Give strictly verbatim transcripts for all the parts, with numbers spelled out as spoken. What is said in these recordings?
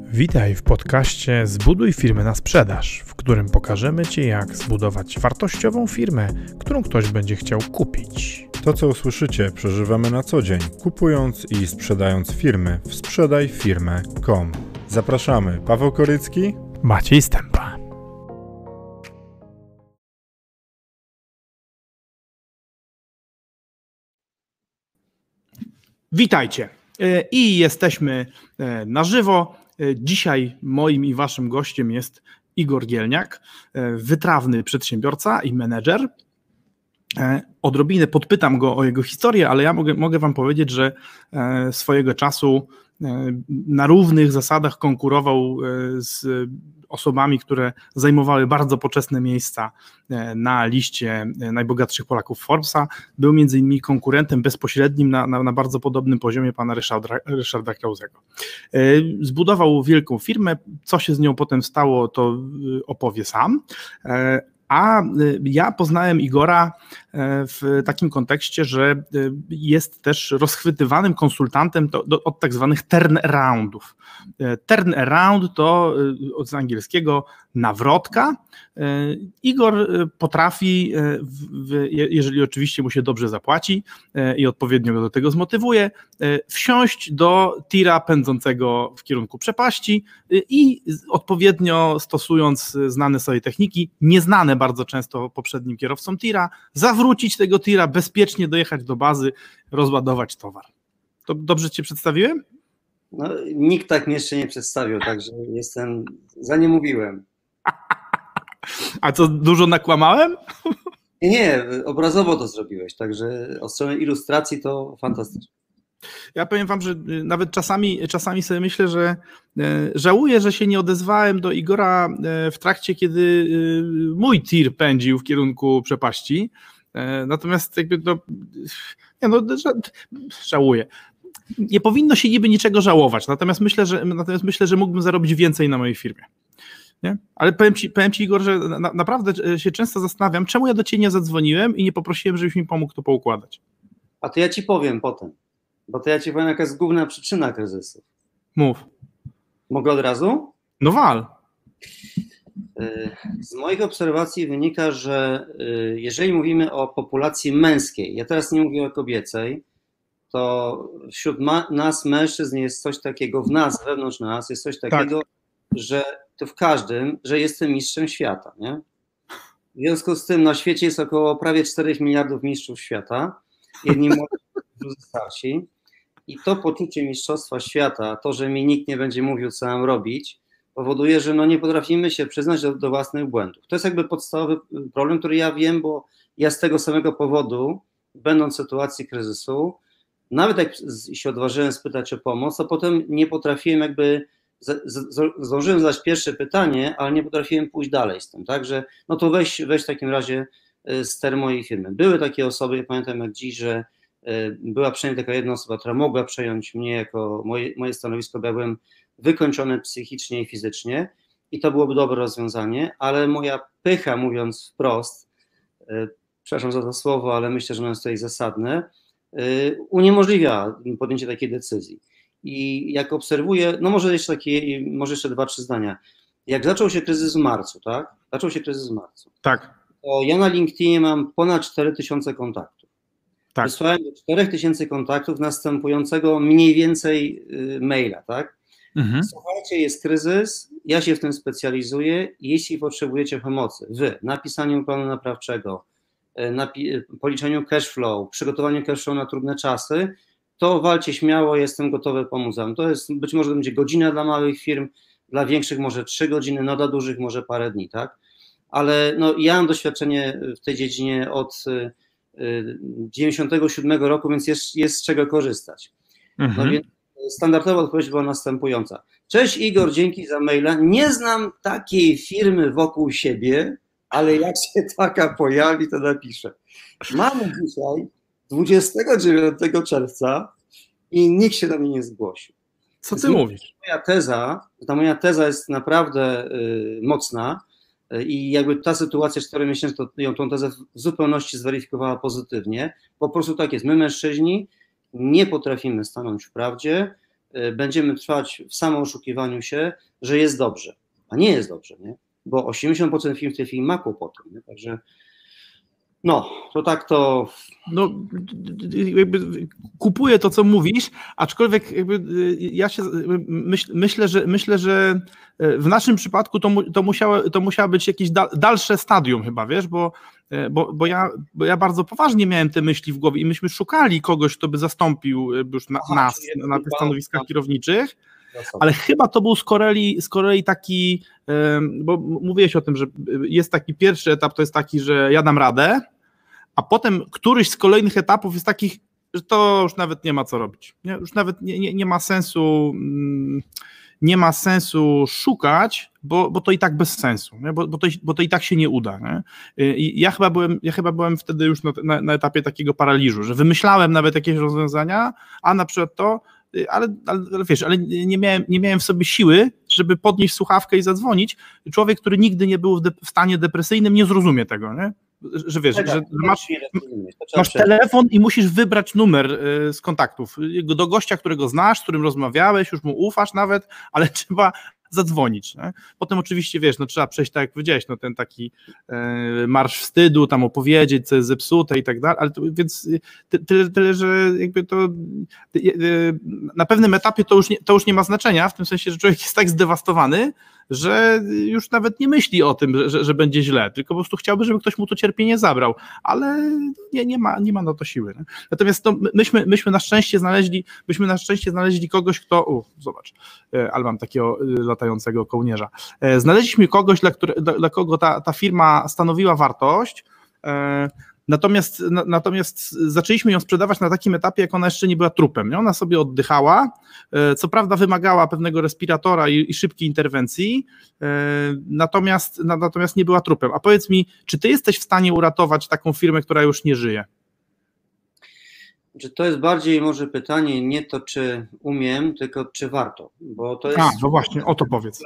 Witaj w podcaście Zbuduj firmę na sprzedaż, w którym pokażemy Ci, jak zbudować wartościową firmę, którą ktoś będzie chciał kupić. To, co usłyszycie, przeżywamy na co dzień, kupując i sprzedając firmy w sprzedaj firmę kropka com. Zapraszamy, Paweł Korycki, Maciej Stępa. Witajcie. I jesteśmy na żywo. Dzisiaj moim i waszym gościem jest Igor Gielniak, wytrawny przedsiębiorca i menedżer. Odrobinę podpytam go o jego historię, ale ja mogę, mogę wam powiedzieć, że swojego czasu na równych zasadach konkurował z osobami, które zajmowały bardzo poczesne miejsca na liście najbogatszych Polaków Forbesa. Był między innymi konkurentem bezpośrednim na, na, na bardzo podobnym poziomie pana Ryszarda, Ryszarda Krauzego. Zbudował wielką firmę, co się z nią potem stało, to opowie sam. A ja poznałem Igora w takim kontekście, że jest też rozchwytywanym konsultantem od tak zwanych turnaroundów. Turnaround to z angielskiego nawrotka. Igor potrafi, jeżeli oczywiście mu się dobrze zapłaci i odpowiednio go do tego zmotywuje, wsiąść do tira pędzącego w kierunku przepaści i odpowiednio stosując znane sobie techniki, nieznane bardzo często poprzednim kierowcom tira, zawrócić tego tira, bezpiecznie dojechać do bazy, rozładować towar. To dobrze cię przedstawiłem? No, nikt tak mnie jeszcze nie przedstawił, także jestem, za nie mówiłem. A co, dużo nakłamałem? Nie, nie, obrazowo to zrobiłeś, także od strony ilustracji to fantastycznie. Ja powiem wam, że nawet czasami, czasami sobie myślę, że żałuję, że się nie odezwałem do Igora w trakcie, kiedy mój tir pędził w kierunku przepaści. Natomiast jakby no, nie no żałuję. Nie powinno się niby niczego żałować, natomiast myślę, że, natomiast myślę, że mógłbym zarobić więcej na mojej firmie. Nie? Ale powiem ci, powiem ci, Igor, że na, naprawdę się często zastanawiam, czemu ja do ciebie nie zadzwoniłem i nie poprosiłem, żebyś mi pomógł to poukładać. A to ja ci powiem potem, bo to ja ci powiem, jaka jest główna przyczyna kryzysu. Mów. Mogę od razu? No wal. Z moich obserwacji wynika, że jeżeli mówimy o populacji męskiej, ja teraz nie mówię o kobiecej, to wśród ma, nas, mężczyzn, jest coś takiego, w nas, wewnątrz nas, jest coś takiego, tak, że to w każdym, że jestem mistrzem świata, nie? W związku z tym na świecie jest około prawie czterech miliardów mistrzów świata, jedni młodzi, drudzy starsi, i to poczucie mistrzostwa świata, to, że mi nikt nie będzie mówił, co mam robić, powoduje, że no nie potrafimy się przyznać do, do własnych błędów. To jest jakby podstawowy problem, który ja wiem, bo ja z tego samego powodu, będąc w sytuacji kryzysu, nawet jak się odważyłem spytać o pomoc, to potem nie potrafiłem jakby, z, z, zdążyłem zadać pierwsze pytanie, ale nie potrafiłem pójść dalej z tym, tak, że no to weź, weź w takim razie ster mojej firmy. Były takie osoby, ja pamiętam jak dziś, że była przynajmniej taka jedna osoba, która mogła przejąć mnie jako moje, moje stanowisko, bo ja byłem wykończony psychicznie i fizycznie i to byłoby dobre rozwiązanie, ale moja pycha, mówiąc wprost, przepraszam za to słowo, ale myślę, że ono jest tutaj zasadne, uniemożliwia podjęcie takiej decyzji. I jak obserwuję, no może jeszcze takie, może jeszcze dwa, trzy zdania. Jak zaczął się kryzys w marcu, tak? Zaczął się kryzys w marcu. Tak. To ja na LinkedInie mam ponad cztery tysiące kontaktów. Tak. Wysłałem do czterech tysięcy kontaktów następującego mniej więcej maila, tak? Mhm. Słuchajcie, jest kryzys, ja się w tym specjalizuję, jeśli potrzebujecie pomocy w napisaniu planu naprawczego, na policzeniu cash flow, przygotowaniu cash flow na trudne czasy, to walcie śmiało, jestem gotowy pomóc wam. To jest, być może to będzie godzina dla małych firm, dla większych może trzy godziny, no dla dużych może parę dni, tak? Ale no, ja mam doświadczenie w tej dziedzinie od dziewięćdziesiątego siódmego roku, więc jest, jest z czego korzystać. Mhm. No więc standardowa odpowiedź była następująca. Cześć Igor, dzięki za maila. Nie znam takiej firmy wokół siebie, ale jak się taka pojawi, to napiszę. Mamy dzisiaj dwudziestego dziewiątego czerwca i nikt się do mnie nie zgłosił. Co ty mówisz? Moja teza, ta moja teza jest naprawdę y, mocna y, i jakby ta sytuacja czteromiesięczna ją tą tezę w zupełności zweryfikowała pozytywnie. Po prostu tak jest. My mężczyźni nie potrafimy stanąć w prawdzie, będziemy trwać w samooszukiwaniu się, że jest dobrze, a nie jest dobrze, nie? Bo osiemdziesiąt procent firm w tej chwili ma kłopoty, nie? Także no, to tak to... No, jakby kupuję to, co mówisz, aczkolwiek jakby ja się myśl, myślę, że myślę, że w naszym przypadku to, to, musiało, to musiało być jakieś da, dalsze stadium chyba, wiesz, bo, bo, bo, ja, bo ja bardzo poważnie miałem te myśli w głowie i myśmy szukali kogoś, kto by zastąpił już na, Aha, nas na tych stanowiskach kierowniczych, ale chyba to był z kolei, z kolei taki, bo mówiłeś o tym, że jest taki pierwszy etap, to jest taki, że ja dam radę, a potem któryś z kolejnych etapów jest takich, że to już nawet nie ma co robić. Nie? Już nawet nie, nie, nie ma sensu nie ma sensu szukać, bo, bo to i tak bez sensu, nie? Bo, bo, to, bo to i tak się nie uda. Nie? I ja chyba byłem, ja chyba byłem wtedy już na, na, na etapie takiego paraliżu, że wymyślałem nawet jakieś rozwiązania, a na przykład to, ale, ale, ale wiesz, ale nie miałem, nie miałem w sobie siły, żeby podnieść słuchawkę i zadzwonić. Człowiek, który nigdy nie był w, de, w stanie depresyjnym, nie zrozumie tego, nie? Że wiesz, tak, że masz, masz telefon i musisz wybrać numer z kontaktów do gościa, którego znasz, z którym rozmawiałeś, już mu ufasz nawet, ale trzeba zadzwonić. Nie? Potem oczywiście, wiesz, no trzeba przejść, tak jak powiedziałeś, no ten taki e, marsz wstydu, tam opowiedzieć, co jest zepsute i tak dalej, ale to, więc tyle, tyle, że jakby to e, na pewnym etapie to już, nie, to już nie ma znaczenia, w tym sensie, że człowiek jest tak zdewastowany, że już nawet nie myśli o tym, że, że będzie źle, tylko po prostu chciałby, żeby ktoś mu to cierpienie zabrał, ale nie, nie, ma, nie ma na to siły. Nie? Natomiast to myśmy, myśmy na szczęście znaleźli, myśmy na szczęście znaleźli kogoś, kto, u, zobacz, ale mam takiego latającego kołnierza, znaleźliśmy kogoś, dla, które, dla, dla kogo ta, ta firma stanowiła wartość, Natomiast, na, natomiast zaczęliśmy ją sprzedawać na takim etapie, jak ona jeszcze nie była trupem. Nie? Ona sobie oddychała, co prawda wymagała pewnego respiratora i, i szybkiej interwencji, natomiast, na, natomiast nie była trupem. A powiedz mi, czy ty jesteś w stanie uratować taką firmę, która już nie żyje? To jest bardziej może pytanie nie to, czy umiem, tylko czy warto. Bo to jest... A, no właśnie, o to powiedz.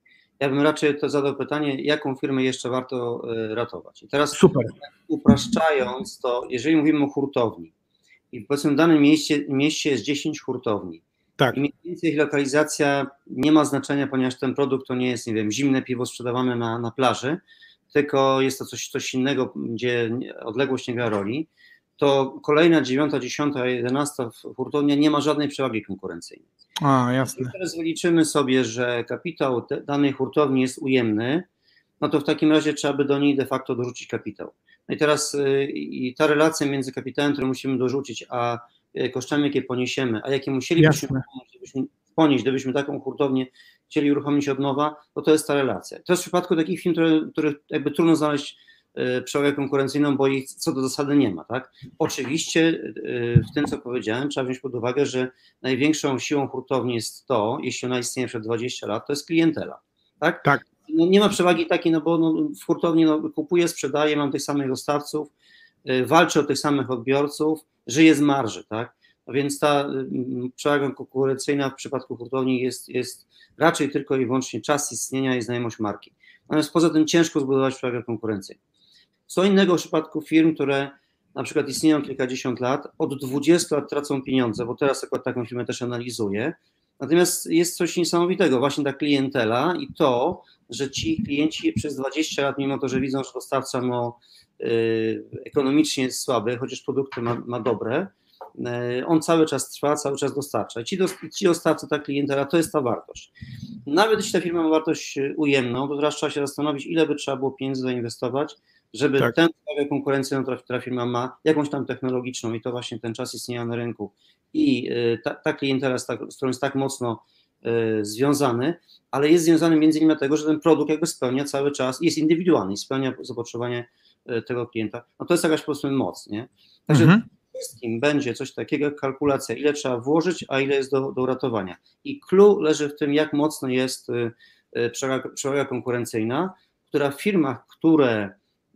Ja bym raczej to zadał pytanie, jaką firmę jeszcze warto ratować. I teraz Super. Upraszczając to, jeżeli mówimy o hurtowni i powiedzmy w danym mieście, mieście jest dziesięć hurtowni, tak. I mniej więcej ich lokalizacja nie ma znaczenia, ponieważ ten produkt to nie jest, nie wiem, zimne piwo sprzedawane na, na plaży, tylko jest to coś, coś innego, gdzie odległość nie gra roli, to kolejna dziewiąta, dziesiąta, jedenasta hurtownia nie ma żadnej przewagi konkurencyjnej. A, jasne. I teraz wyliczymy sobie, że kapitał danej hurtowni jest ujemny, no to w takim razie trzeba by do niej de facto dorzucić kapitał. No i teraz i ta relacja między kapitałem, który musimy dorzucić, a kosztami, jakie poniesiemy, a jakie musielibyśmy ponieść, gdybyśmy taką hurtownię chcieli uruchomić od nowa, to to jest ta relacja. To jest w przypadku takich firm, które, których jakby trudno znaleźć przewagę konkurencyjną, bo ich co do zasady nie ma, tak? Oczywiście w tym, co powiedziałem, trzeba wziąć pod uwagę, że największą siłą hurtowni jest to, jeśli ona istnieje przed dwudziestu lat, to jest klientela, tak? Tak. No nie ma przewagi takiej, no bo no w hurtowni no, kupuję, sprzedaję, mam tych samych dostawców, yy, walczę o tych samych odbiorców, żyję z marży, tak? No więc ta yy, przewaga konkurencyjna w przypadku hurtowni jest, jest raczej tylko i wyłącznie czas istnienia i znajomość marki. Natomiast poza tym ciężko zbudować przewagę konkurencyjną. Co innego w przypadku firm, które na przykład istnieją kilkadziesiąt lat, od dwudziestu lat tracą pieniądze, bo teraz akurat taką firmę też analizuję. Natomiast jest coś niesamowitego, właśnie ta klientela i to, że ci klienci przez dwadzieścia lat, mimo to, że widzą, że dostawca no, yy, ekonomicznie jest słaby, chociaż produkty ma, ma dobre, yy, on cały czas trwa, cały czas dostarcza. I ci, dos, ci dostawcy, ta klientela, to jest ta wartość. Nawet jeśli ta firma ma wartość ujemną, to teraz trzeba się zastanowić, ile by trzeba było pieniędzy zainwestować, żeby tak. tę konkurencję, która, która firma ma, jakąś tam technologiczną i to właśnie ten czas istnienia na rynku i ta, ta klientela, z, tak, z którą jest tak mocno y, związany, ale jest związany między innymi dlatego, że ten produkt jakby spełnia cały czas, jest indywidualny i spełnia zapotrzebowanie y, tego klienta. No to jest jakaś po prostu moc, nie? Także mhm. wszystkim będzie coś takiego jak kalkulacja, ile trzeba włożyć, a ile jest do, do uratowania. I clue leży w tym, jak mocno jest y, y, przewaga, przewaga konkurencyjna, która w firmach, które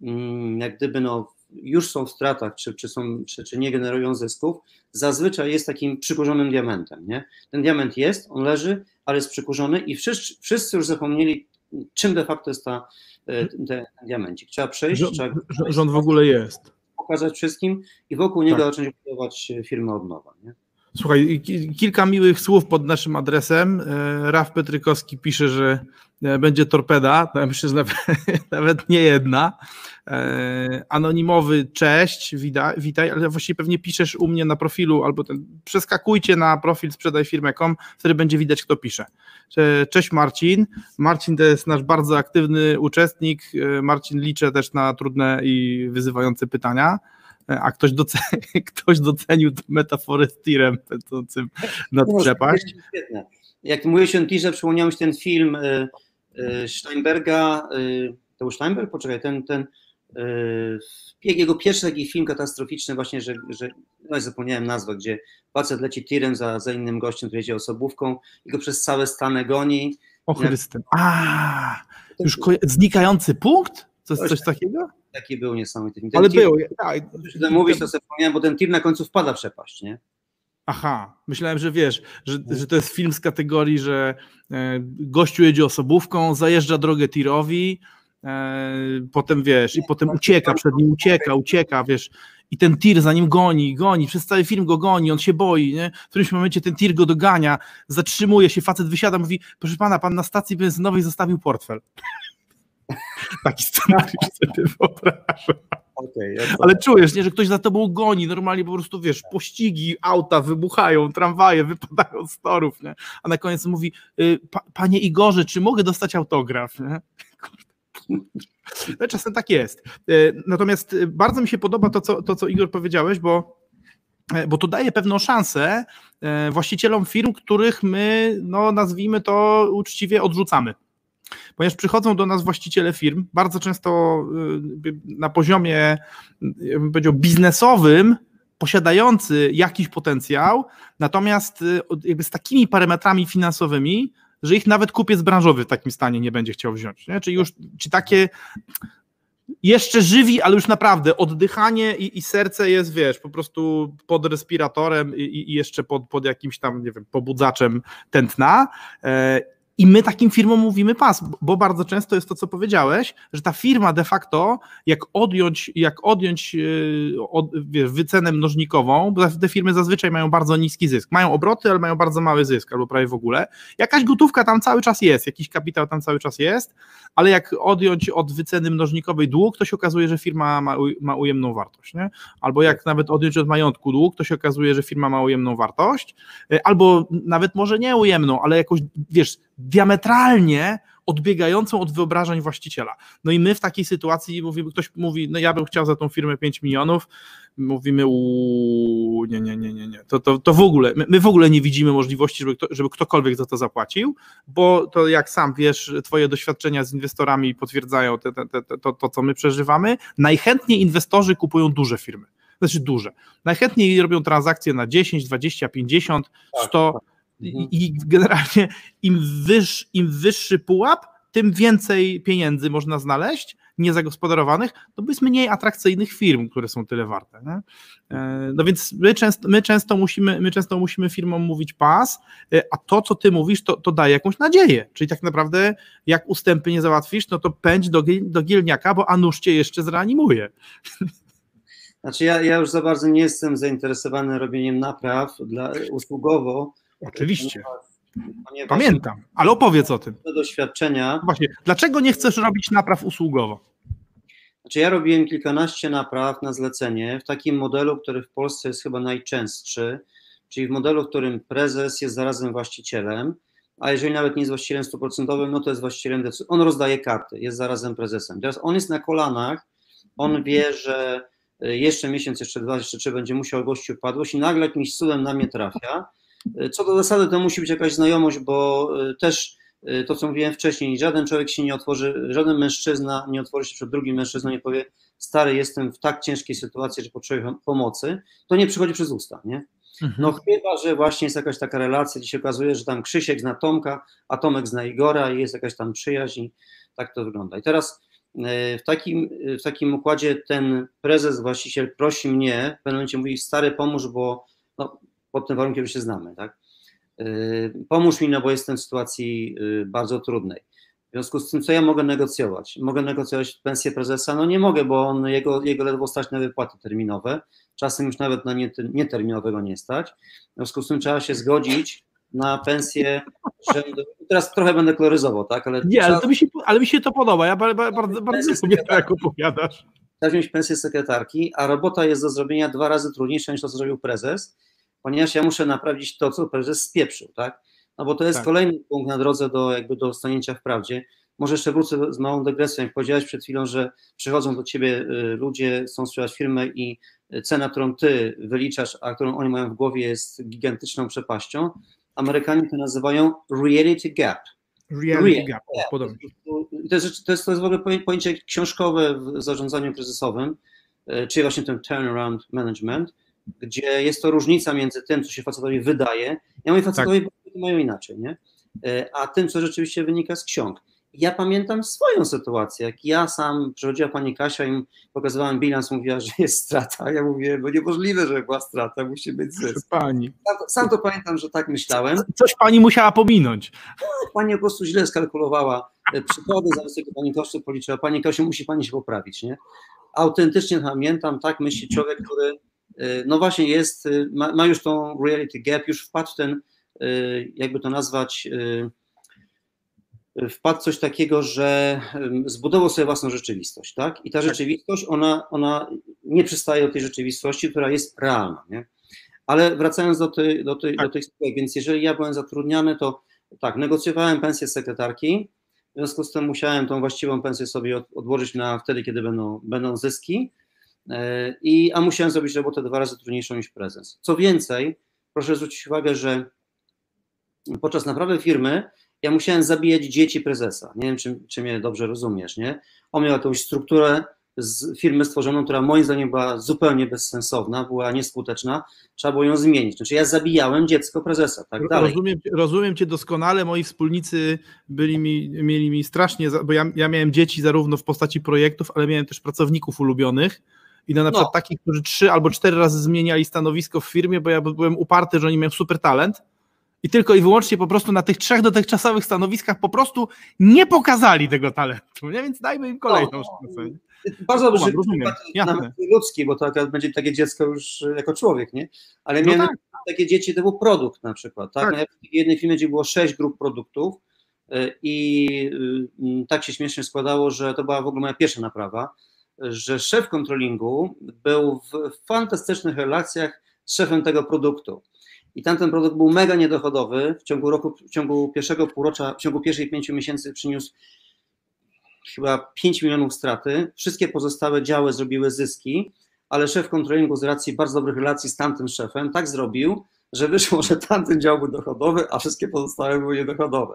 jak gdyby no, już są w stratach, czy, czy, są, czy, czy nie generują zysków, zazwyczaj jest takim przykurzonym diamentem. Nie? Ten diament jest, on leży, ale jest przykurzony i wszyscy, wszyscy już zapomnieli, czym de facto jest ta, ten, ten diamencik. Trzeba przejść, Rząd, trzeba rząd w ogóle jest. Pokazać wszystkim i wokół niego tak. zacząć budować firmę od nowa. Nie? Słuchaj, kilka miłych słów pod naszym adresem. Raf Petrykowski pisze, że będzie torpeda. No ja myślę, że nawet, nawet nie jedna. Anonimowy, cześć, witaj, witaj, ale właściwie pewnie piszesz u mnie na profilu, albo ten, przeskakujcie na profil sprzedaj firmę kropka com, wtedy będzie widać, kto pisze. Cześć Marcin. Marcin to jest nasz bardzo aktywny uczestnik. Marcin liczę też na trudne i wyzywające pytania. A ktoś, docenił, ktoś docenił metaforę z tirem pędzącym nad przepaść. Jak mówiłeś o tirze, przypomniał mi się ten film y, y, Steinberga, y, to był Steinberg? Poczekaj, ten, ten y, jego pierwszy taki film katastroficzny właśnie, że, że no zapomniałem nazwę, gdzie facet leci tirem za, za innym gościem, który jedzie osobówką i go przez całe Stany goni. O Chryste. A, już znikający punkt? Coś, coś takiego? Taki był niesamowity film. Ale tir, był, tak. Ten mówisz, to sobie wspomniałem, bo ten tir na końcu wpada w przepaść, nie? Aha, myślałem, że wiesz, że, że to jest film z kategorii, że e, gościu jedzie osobówką, zajeżdża drogę tirowi, e, potem wiesz, i potem ucieka, przed nim ucieka, ucieka, wiesz, i ten tir za nim goni, goni, przez cały film go goni, on się boi, nie? W którymś momencie ten tir go dogania, zatrzymuje się, facet wysiada, mówi, proszę pana, pan na stacji benzynowej zostawił portfel. Taki scenariusz sobie wyobrażam. Okay, ja Ale czujesz, nie, że ktoś za tobą goni, normalnie po prostu, wiesz, pościgi, auta wybuchają, tramwaje wypadają z torów, nie? A na koniec mówi, pa, panie Igorze, czy mogę dostać autograf? Nie? No, czasem tak jest. Natomiast bardzo mi się podoba to, co, to, co Igor powiedziałeś, bo bo to daje pewną szansę właścicielom firm, których my, no nazwijmy to uczciwie, odrzucamy. Ponieważ przychodzą do nas właściciele firm, bardzo często na poziomie, ja bym powiedział, biznesowym, posiadający jakiś potencjał, natomiast jakby z takimi parametrami finansowymi, że ich nawet kupiec branżowy w takim stanie nie będzie chciał wziąć. Nie? Czyli już czy takie jeszcze żywi, ale już naprawdę oddychanie i, i serce jest, wiesz, po prostu pod respiratorem i, i jeszcze pod, pod jakimś tam, nie wiem, pobudzaczem tętna. I my takim firmom mówimy pas, bo bardzo często jest to, co powiedziałeś, że ta firma de facto, jak odjąć, jak odjąć od, wiesz, wycenę mnożnikową, bo te firmy zazwyczaj mają bardzo niski zysk, mają obroty, ale mają bardzo mały zysk, albo prawie w ogóle, jakaś gotówka tam cały czas jest, jakiś kapitał tam cały czas jest, ale jak odjąć od wyceny mnożnikowej dług, to się okazuje, że firma ma, ma ujemną wartość, nie? Albo jak nawet odjąć od majątku dług, to się okazuje, że firma ma ujemną wartość, albo nawet może nie ujemną, ale jakoś, wiesz, diametralnie odbiegającą od wyobrażeń właściciela. No i my w takiej sytuacji mówimy, ktoś mówi, no ja bym chciał za tą firmę pięć milionów, mówimy, uuu, nie, nie, nie, nie, nie, to, to, to w ogóle, my, my w ogóle nie widzimy możliwości, żeby, kto, żeby ktokolwiek za to zapłacił, bo to jak sam wiesz, twoje doświadczenia z inwestorami potwierdzają te, te, te, to, to, co my przeżywamy. Najchętniej inwestorzy kupują duże firmy, znaczy duże. Najchętniej robią transakcje na dziesięć, dwadzieścia, pięćdziesiąt, sto I, i generalnie im, wyż, im wyższy pułap, tym więcej pieniędzy można znaleźć, niezagospodarowanych, no bo jest mniej atrakcyjnych firm, które są tyle warte. Nie? No więc my często, my, często musimy, my często musimy firmom mówić pas, a to, co ty mówisz, to, to daje jakąś nadzieję. Czyli tak naprawdę jak ustępy nie załatwisz, no to pędź do, do Gielniaka, bo a nuż cię jeszcze zreanimuje. Znaczy ja, ja już za bardzo nie jestem zainteresowany robieniem napraw dla, usługowo. Oczywiście. Ponieważ pamiętam, ale opowiedz o tym. Do doświadczenia. Właśnie, dlaczego nie chcesz robić napraw usługowo? Znaczy ja robiłem kilkanaście napraw na zlecenie w takim modelu, który w Polsce jest chyba najczęstszy, czyli w modelu, w którym prezes jest zarazem właścicielem, a jeżeli nawet nie jest właścicielem stuprocentowym, no to jest właścicielem, on rozdaje karty, jest zarazem prezesem. Teraz on jest na kolanach, on wie, że jeszcze miesiąc, jeszcze dwa, jeszcze trzy będzie musiał gościu upadłość i nagle jakimś cudem na mnie trafia. Co do zasady to musi być jakaś znajomość, bo też to, co mówiłem wcześniej, żaden człowiek się nie otworzy, żaden mężczyzna nie otworzy się przed drugim mężczyzną, nie powie, stary, jestem w tak ciężkiej sytuacji, że potrzebuję pomocy, to nie przychodzi przez usta, nie? No mhm. Chyba, że właśnie jest jakaś taka relacja, gdzie się okazuje, że tam Krzysiek zna Tomka, a Tomek zna Igora i jest jakaś tam przyjaźń i tak to wygląda. I teraz w takim, w takim układzie ten prezes, właściciel prosi mnie, w pewnym momencie mówi, stary, pomóż, bo no, pod tym warunkiem się znamy, tak? Pomóż mi, no bo jestem w sytuacji bardzo trudnej. W związku z tym, co ja mogę negocjować? Mogę negocjować pensję prezesa? No nie mogę, bo on, jego, jego ledwo stać na wypłaty terminowe, czasem już nawet na nieterminowego nie stać. W związku z tym trzeba się zgodzić na pensję rzędu. Teraz trochę będę koloryzował, tak? Ale nie, ale, trzeba... to mi się, ale mi się to podoba, ja bardzo, bardzo, bardzo lubię to, jak opowiadasz. Trzeba wziąć pensję sekretarki, a robota jest do zrobienia dwa razy trudniejsza niż to, co zrobił prezes, ponieważ ja muszę naprawić to, co prezes spieprzył, tak? No bo to jest tak. Kolejny punkt na drodze do, jakby do stanięcia w prawdzie. Może jeszcze wrócę z małą dygresją. Jak powiedziałeś przed chwilą, że przychodzą do ciebie ludzie, chcą sprzedać firmę i cena, którą ty wyliczasz, a którą oni mają w głowie, jest gigantyczną przepaścią. Amerykanie to nazywają reality gap. Reality Real, gap, yeah. Podobnie. To jest, to, jest, to jest w ogóle pojęcie książkowe w zarządzaniu kryzysowym, czyli właśnie ten turnaround management, gdzie jest to różnica między tym, co się facetowi wydaje. Ja mówię, facetowie tak. mają inaczej, nie? A tym, co rzeczywiście wynika z ksiąg. Ja pamiętam swoją sytuację, jak ja sam, przychodziła pani Kasia i pokazywałem bilans, mówiła, że jest strata. Ja mówię, bo niemożliwe, że była strata, musi być zysk. Pani. Sam, sam to pamiętam, że tak myślałem. Coś pani musiała pominąć. No, pani po prostu źle skalkulowała przychody, za wysokie pani koszty policzyła. Pani Kasiu, musi pani się poprawić, nie? Autentycznie pamiętam, tak myśli człowiek, który no właśnie jest, ma, ma już tą reality gap, już wpadł w ten, jakby to nazwać, wpadł coś takiego, że zbudował sobie własną rzeczywistość, tak? I ta rzeczywistość, ona, ona nie przystaje do tej rzeczywistości, która jest realna, nie? Ale wracając do, tej, do, tej, tak. do tych spraw, więc jeżeli ja byłem zatrudniany, to tak, negocjowałem pensję sekretarki, w związku z tym musiałem tą właściwą pensję sobie od, odłożyć na wtedy, kiedy będą, będą zyski, I, a musiałem zrobić robotę dwa razy trudniejszą niż prezes. Co więcej, proszę zwrócić uwagę, że podczas naprawy firmy ja musiałem zabijać dzieci prezesa. Nie wiem, czy, czy mnie dobrze rozumiesz, nie? On miał jakąś strukturę z firmy stworzoną, która moim zdaniem była zupełnie bezsensowna, była nieskuteczna, trzeba było ją zmienić. Znaczy ja zabijałem dziecko prezesa, tak dalej. Rozumiem, rozumiem cię doskonale, moi wspólnicy byli mi, mieli mi strasznie, bo ja, ja miałem dzieci zarówno w postaci projektów, ale miałem też pracowników ulubionych i na, na przykład no. takich, którzy trzy albo cztery razy zmieniali stanowisko w firmie, bo ja byłem uparty, że oni mają super talent. I tylko i wyłącznie po prostu na tych trzech dotychczasowych stanowiskach po prostu nie pokazali tego talentu, nie? Więc dajmy im kolejną no, szansę. Bardzo dobrze, nawet ludzki, bo to będzie takie dziecko już jako człowiek, nie? Ale no miałem tak. takie dzieci, to był produkt na przykład, tak? tak. W jednej firmie, gdzie było sześć grup produktów i tak się śmiesznie składało, że to była w ogóle moja pierwsza naprawa, że szef kontrolingu był w fantastycznych relacjach z szefem tego produktu. I tamten produkt był mega niedochodowy, w ciągu roku, w ciągu pierwszego półrocza, w ciągu pierwszych pięciu miesięcy przyniósł chyba pięć milionów straty, wszystkie pozostałe działy zrobiły zyski, ale szef kontrolingu z racji bardzo dobrych relacji z tamtym szefem tak zrobił, że wyszło, że tamten dział był dochodowy, a wszystkie pozostałe były niedochodowe.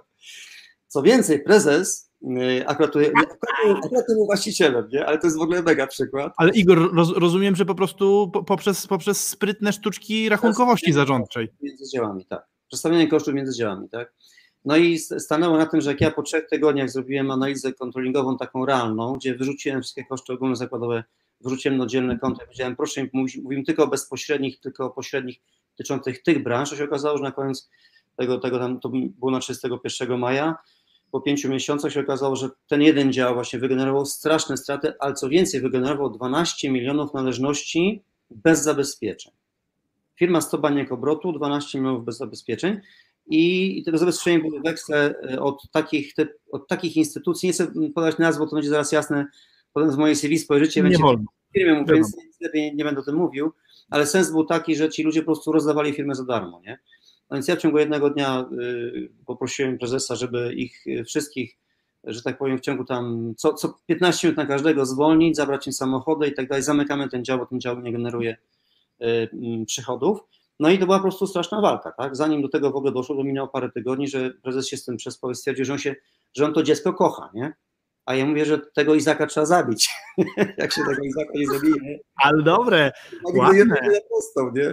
Co więcej, prezes akurat, akurat, akurat był właścicielem, nie? Ale to jest w ogóle mega przykład. Ale Igor, roz, rozumiem, że po prostu poprzez, poprzez sprytne sztuczki rachunkowości zarządczej. Między działami, tak. Przedstawienie kosztów między działami, tak. No i stanęło na tym, że jak ja po trzech tygodniach zrobiłem analizę kontrolingową taką realną, gdzie wyrzuciłem wszystkie koszty ogólnozakładowe, wyrzuciłem na oddzielne konto i powiedziałem, proszę, mówimy tylko o bezpośrednich, tylko o pośrednich dotyczących tych branż, to się okazało, że na koniec tego, tego tam, to było na trzydziestego pierwszego maja, po pięciu miesiącach się okazało, że ten jeden dział właśnie wygenerował straszne straty, ale co więcej, wygenerował dwanaście milionów należności bez zabezpieczeń. Firma sto baniek obrotu, dwanaście milionów bez zabezpieczeń i, i tego zabezpieczenia były weksle od takich, te, od takich instytucji, nie chcę podać nazw, bo to będzie zaraz jasne, potem z mojej C V spojrzycie, nie wolno. W firmie mówię, więc lepiej nie będę o tym mówił, ale sens był taki, że ci ludzie po prostu rozdawali firmę za darmo, nie? No więc ja w ciągu jednego dnia y, poprosiłem prezesa, żeby ich y, wszystkich, że tak powiem, w ciągu tam co, co piętnaście minut na każdego zwolnić, zabrać im samochody i tak dalej, zamykamy ten dział, bo ten dział nie generuje y, y, przychodów. No i to była po prostu straszna walka, tak? Zanim do tego w ogóle doszło, to minęło parę tygodni, że prezes się z tym przespał i stwierdził, że on, się, że on to dziecko kocha, nie? A ja mówię, że tego Izaka trzeba zabić. Jak się tego Izaka nie zabije. Ale dobre, ładne. Nie postał, nie?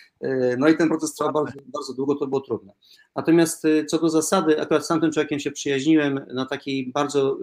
No i ten proces trwał bardzo, bardzo długo, to było trudne. Natomiast co do zasady, akurat z tamtym człowiekiem się przyjaźniłem na takiej bardzo,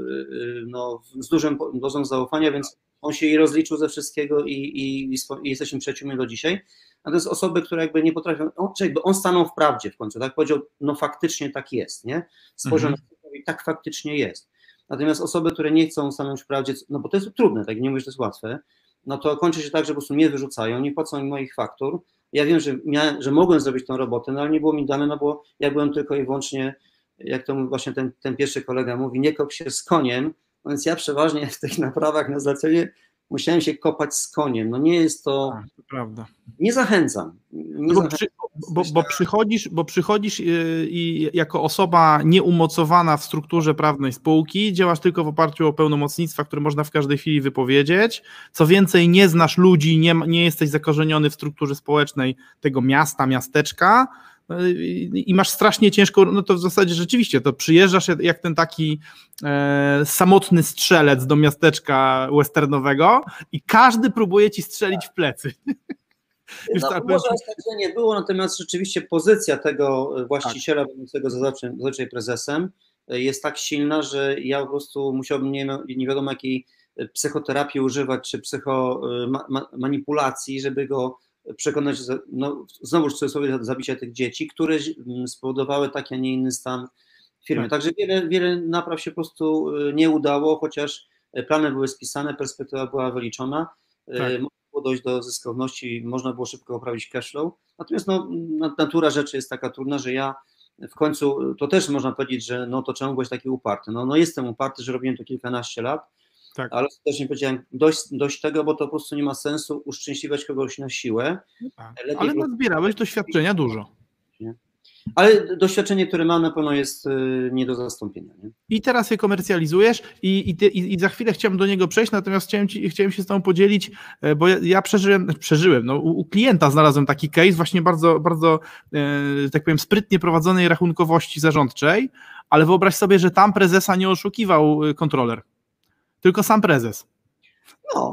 no, z dużym dozą zaufania, więc on się i rozliczył ze wszystkiego i, i, i jesteśmy przyjaciółmi do dzisiaj. Natomiast osoby, które jakby nie potrafią, on, jakby on stanął w prawdzie w końcu, tak? Powiedział, no faktycznie tak jest, nie? Spojrzał mhm. na to i tak faktycznie jest. Natomiast osoby, które nie chcą stanąć w prawdzie, no bo to jest trudne, tak nie mówię, że to jest łatwe, no to kończy się tak, że po prostu mnie wyrzucają, nie płacą mi moich faktur. Ja wiem, że, miałem, że mogłem zrobić tą robotę, no ale nie było mi dane, no bo ja byłem tylko i wyłącznie, jak to właśnie ten, ten pierwszy kolega mówi, nie kop się z koniem, więc ja przeważnie w tych naprawach na zlecenie musiałem się kopać z koniem. No nie jest to... A, to prawda. Nie zachęcam. Nie no bo, zachęcam. przy, bo, bo przychodzisz, bo przychodzisz i, i jako osoba nieumocowana w strukturze prawnej spółki, działasz tylko w oparciu o pełnomocnictwa, które można w każdej chwili wypowiedzieć. Co więcej, nie znasz ludzi, nie, nie jesteś zakorzeniony w strukturze społecznej tego miasta, miasteczka, i masz strasznie ciężko, no to w zasadzie rzeczywiście, to przyjeżdżasz jak ten taki e, samotny strzelec do miasteczka westernowego i każdy próbuje ci strzelić w plecy. Wiesz, no, może tak, że nie było, natomiast rzeczywiście pozycja tego właściciela będącego zazwyczaj prezesem jest tak silna, że ja po prostu musiałbym nie, nie wiadomo jakiej psychoterapii używać, czy psycho ma, ma, manipulacji, żeby go przekonać, no, znowu w cudzysłowie, zabicia tych dzieci, które spowodowały taki, a nie inny stan firmy. Tak. Także wiele, wiele napraw się po prostu nie udało, chociaż plany były spisane, perspektywa była wyliczona, tak. Można było dojść do zyskowności, można było szybko poprawić cashflow, natomiast no, natura rzeczy jest taka trudna, że ja w końcu, to też można powiedzieć, że no to czemu byłeś taki uparty? No, no jestem uparty, że robiłem to kilkanaście lat, tak. Ale też nie powiedziałem dość, dość tego, bo to po prostu nie ma sensu uszczęśliwiać kogoś na siłę. Tak. Ale nazbierałeś doświadczenia dużo. Nie? Ale doświadczenie, które mam, na pewno jest nie do zastąpienia. Nie? I teraz je komercjalizujesz i, i, ty, i, i za chwilę chciałem do niego przejść, natomiast chciałem, ci, chciałem się z tobą podzielić, bo ja, ja przeżyłem, przeżyłem no, u, u klienta znalazłem taki case właśnie bardzo, bardzo e, tak powiem, sprytnie prowadzonej rachunkowości zarządczej, ale wyobraź sobie, że tam prezesa nie oszukiwał kontroler. Tylko sam prezes. No.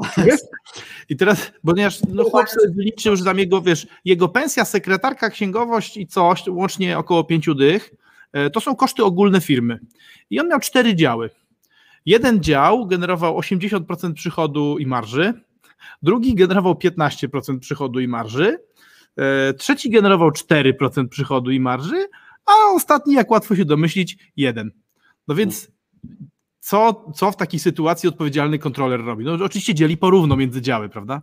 I teraz, ponieważ no, chłop sobie wyliczył, że tam jego, wiesz, jego pensja, sekretarka, księgowość i coś, łącznie około pięciu dych, to są koszty ogólne firmy. I on miał cztery działy. Jeden dział generował osiemdziesiąt procent przychodu i marży, drugi generował piętnaście procent przychodu i marży, trzeci generował cztery procent przychodu i marży, a ostatni, jak łatwo się domyślić, jeden. No więc Co, co w takiej sytuacji odpowiedzialny kontroler robi? No oczywiście dzieli porówno między działy, prawda?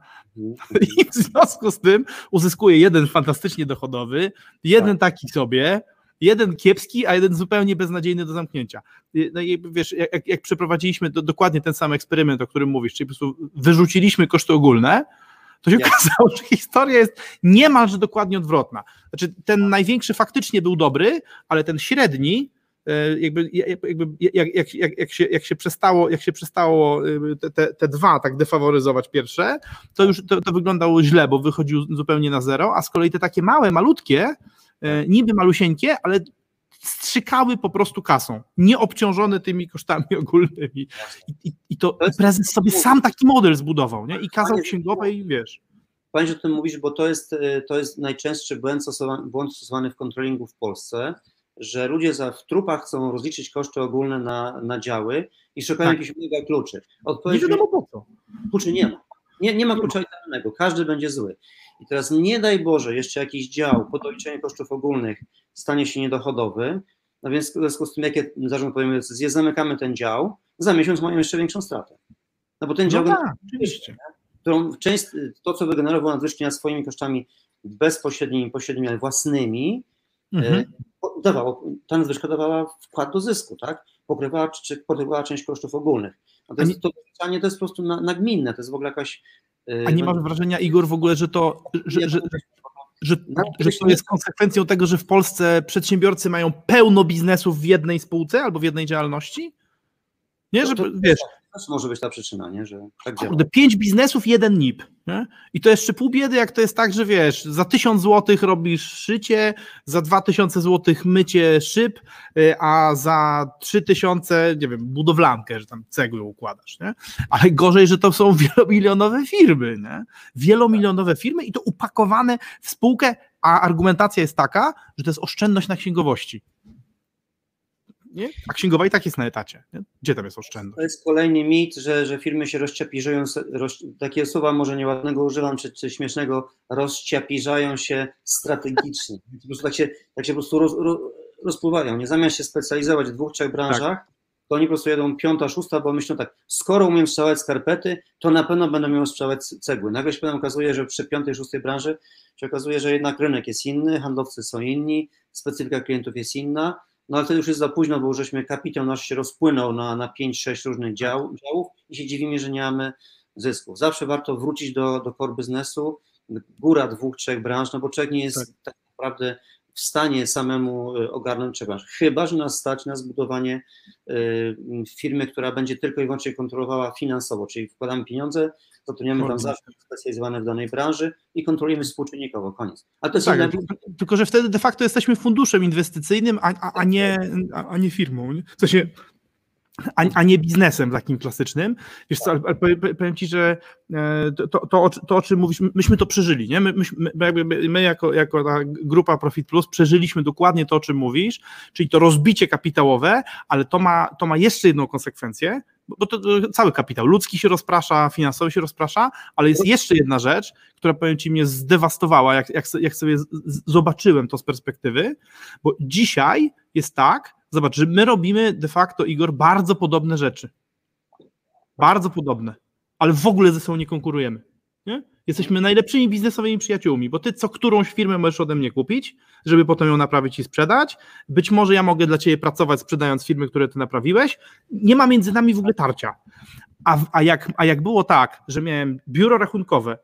I w związku z tym uzyskuje jeden fantastycznie dochodowy, jeden taki sobie, jeden kiepski, a jeden zupełnie beznadziejny do zamknięcia. No i wiesz, jak, jak przeprowadziliśmy do, dokładnie ten sam eksperyment, o którym mówisz, czyli po prostu wyrzuciliśmy koszty ogólne, to się okazało, że historia jest niemalże dokładnie odwrotna. Znaczy ten największy faktycznie był dobry, ale ten średni Jakby, jakby jak, jak, jak, jak, się, jak się przestało, jak się przestało te, te dwa tak defaworyzować pierwsze, to już to, to wyglądało źle, bo wychodził zupełnie na zero, a z kolei te takie małe, malutkie, niby malusieńkie, ale strzykały po prostu kasą, nieobciążone tymi kosztami ogólnymi. I, i, i to prezes sobie sam taki model zbudował, nie? I kazał księgowej, wiesz. Fajnie, że o tym mówisz, bo to jest, to jest najczęstszy błąd stosowany, błąd stosowany w kontrolingu w Polsce, że ludzie za, w trupach chcą rozliczyć koszty ogólne na, na działy i szukają tak. jakichś mega kluczy. Odpowiedź nie wiadomo po co. Kluczy nie ma. Nie, nie ma klucza idealnego. Każdy będzie zły. I teraz nie daj Boże, jeszcze jakiś dział po doliczeniu kosztów ogólnych stanie się niedochodowy, no więc w związku z tym, jakie zarząd podejmuje decyzję, zamykamy ten dział, za miesiąc mają jeszcze większą stratę. No bo ten dział, no tak, oczywiście. Którą część, to co wygenerował nadwyżki nad swoimi kosztami bezpośrednimi, pośrednimi, ale własnymi, mhm. dawało, ta nadwyżka dawała wkład do zysku, tak? Pokrywała, czy pokrywała część kosztów ogólnych. Natomiast to pytanie to jest po prostu nagminne, to jest w ogóle jakaś... A nie masz wrażenia, Igor, w ogóle, że to, że, że, że, że to jest konsekwencją tego, że w Polsce przedsiębiorcy mają pełno biznesów w jednej spółce albo w jednej działalności? Nie, że wiesz... To może być ta przyczyna, nie? Że tak działa. Kurde, pięć biznesów, jeden N I P. Nie? I to jeszcze pół biedy, jak to jest tak, że wiesz, za tysiąc złotych robisz szycie, za dwa tysiące złotych mycie szyb, a za trzy tysiące, nie wiem, budowlankę, że tam cegły układasz. Nie? Ale gorzej, że to są wielomilionowe firmy. Nie? Wielomilionowe firmy i to upakowane w spółkę, a argumentacja jest taka, że to jest oszczędność na księgowości. Nie? A księgowa i tak jest na etacie. Nie? Gdzie tam jest oszczędność? To jest kolejny mit, że, że firmy się rozciapirzają, roz, takie słowa może nieładnego używam, czy, czy śmiesznego, rozciapirzają się strategicznie. Po prostu tak się, tak się po prostu roz, roz, rozpływają. Nie zamiast się specjalizować w dwóch, trzech branżach, tak. to oni po prostu jedą piąta, szósta, bo myślą tak, skoro umiem sprzedać skarpety, to na pewno będę miał sprzedać cegły. Nagle się potem okazuje, że przy piątej, szóstej branży się okazuje, że jednak rynek jest inny, handlowcy są inni, specyfika klientów jest inna, no ale wtedy już jest za późno, bo żeśmy kapitał nasz się rozpłynął na, na pięć, sześć różnych dział, działów i się dziwimy, że nie mamy zysków. Zawsze warto wrócić do, do core biznesu, góra dwóch, trzech branż, no bo człowiek nie jest tak, tak naprawdę w stanie samemu ogarnąć trzech branż. Chyba że nas stać na zbudowanie y, firmy, która będzie tylko i wyłącznie kontrolowała finansowo, czyli wkładamy pieniądze, zatrudniamy tam zawsze specjalizowane w danej branży i kontrolujemy współczynnikowo, koniec. A to jest tak, inna... tylko że wtedy de facto jesteśmy funduszem inwestycyjnym, a, a, a, nie, a, a nie firmą. Nie? W sensie, A, a nie biznesem takim klasycznym. Wiesz co, ale, ale powiem ci, że to, to, to, to o czym mówisz, myśmy to przeżyli, nie? My, my, my, my jako, jako ta grupa Profit Plus przeżyliśmy dokładnie to, o czym mówisz, czyli to rozbicie kapitałowe, ale to ma, to ma jeszcze jedną konsekwencję, bo to, to cały kapitał ludzki się rozprasza, finansowy się rozprasza, ale jest jeszcze jedna rzecz, która powiem ci mnie zdewastowała, jak, jak, jak sobie z, z, zobaczyłem to z perspektywy, bo dzisiaj jest tak, zobacz, że my robimy de facto, Igor, bardzo podobne rzeczy. Bardzo podobne, ale w ogóle ze sobą nie konkurujemy. Nie? Jesteśmy najlepszymi biznesowymi przyjaciółmi, bo ty co którąś firmę możesz ode mnie kupić, żeby potem ją naprawić i sprzedać. Być może ja mogę dla ciebie pracować, sprzedając firmy, które ty naprawiłeś. Nie ma między nami w ogóle tarcia. A, a, jak, a jak było tak, że miałem biuro rachunkowe,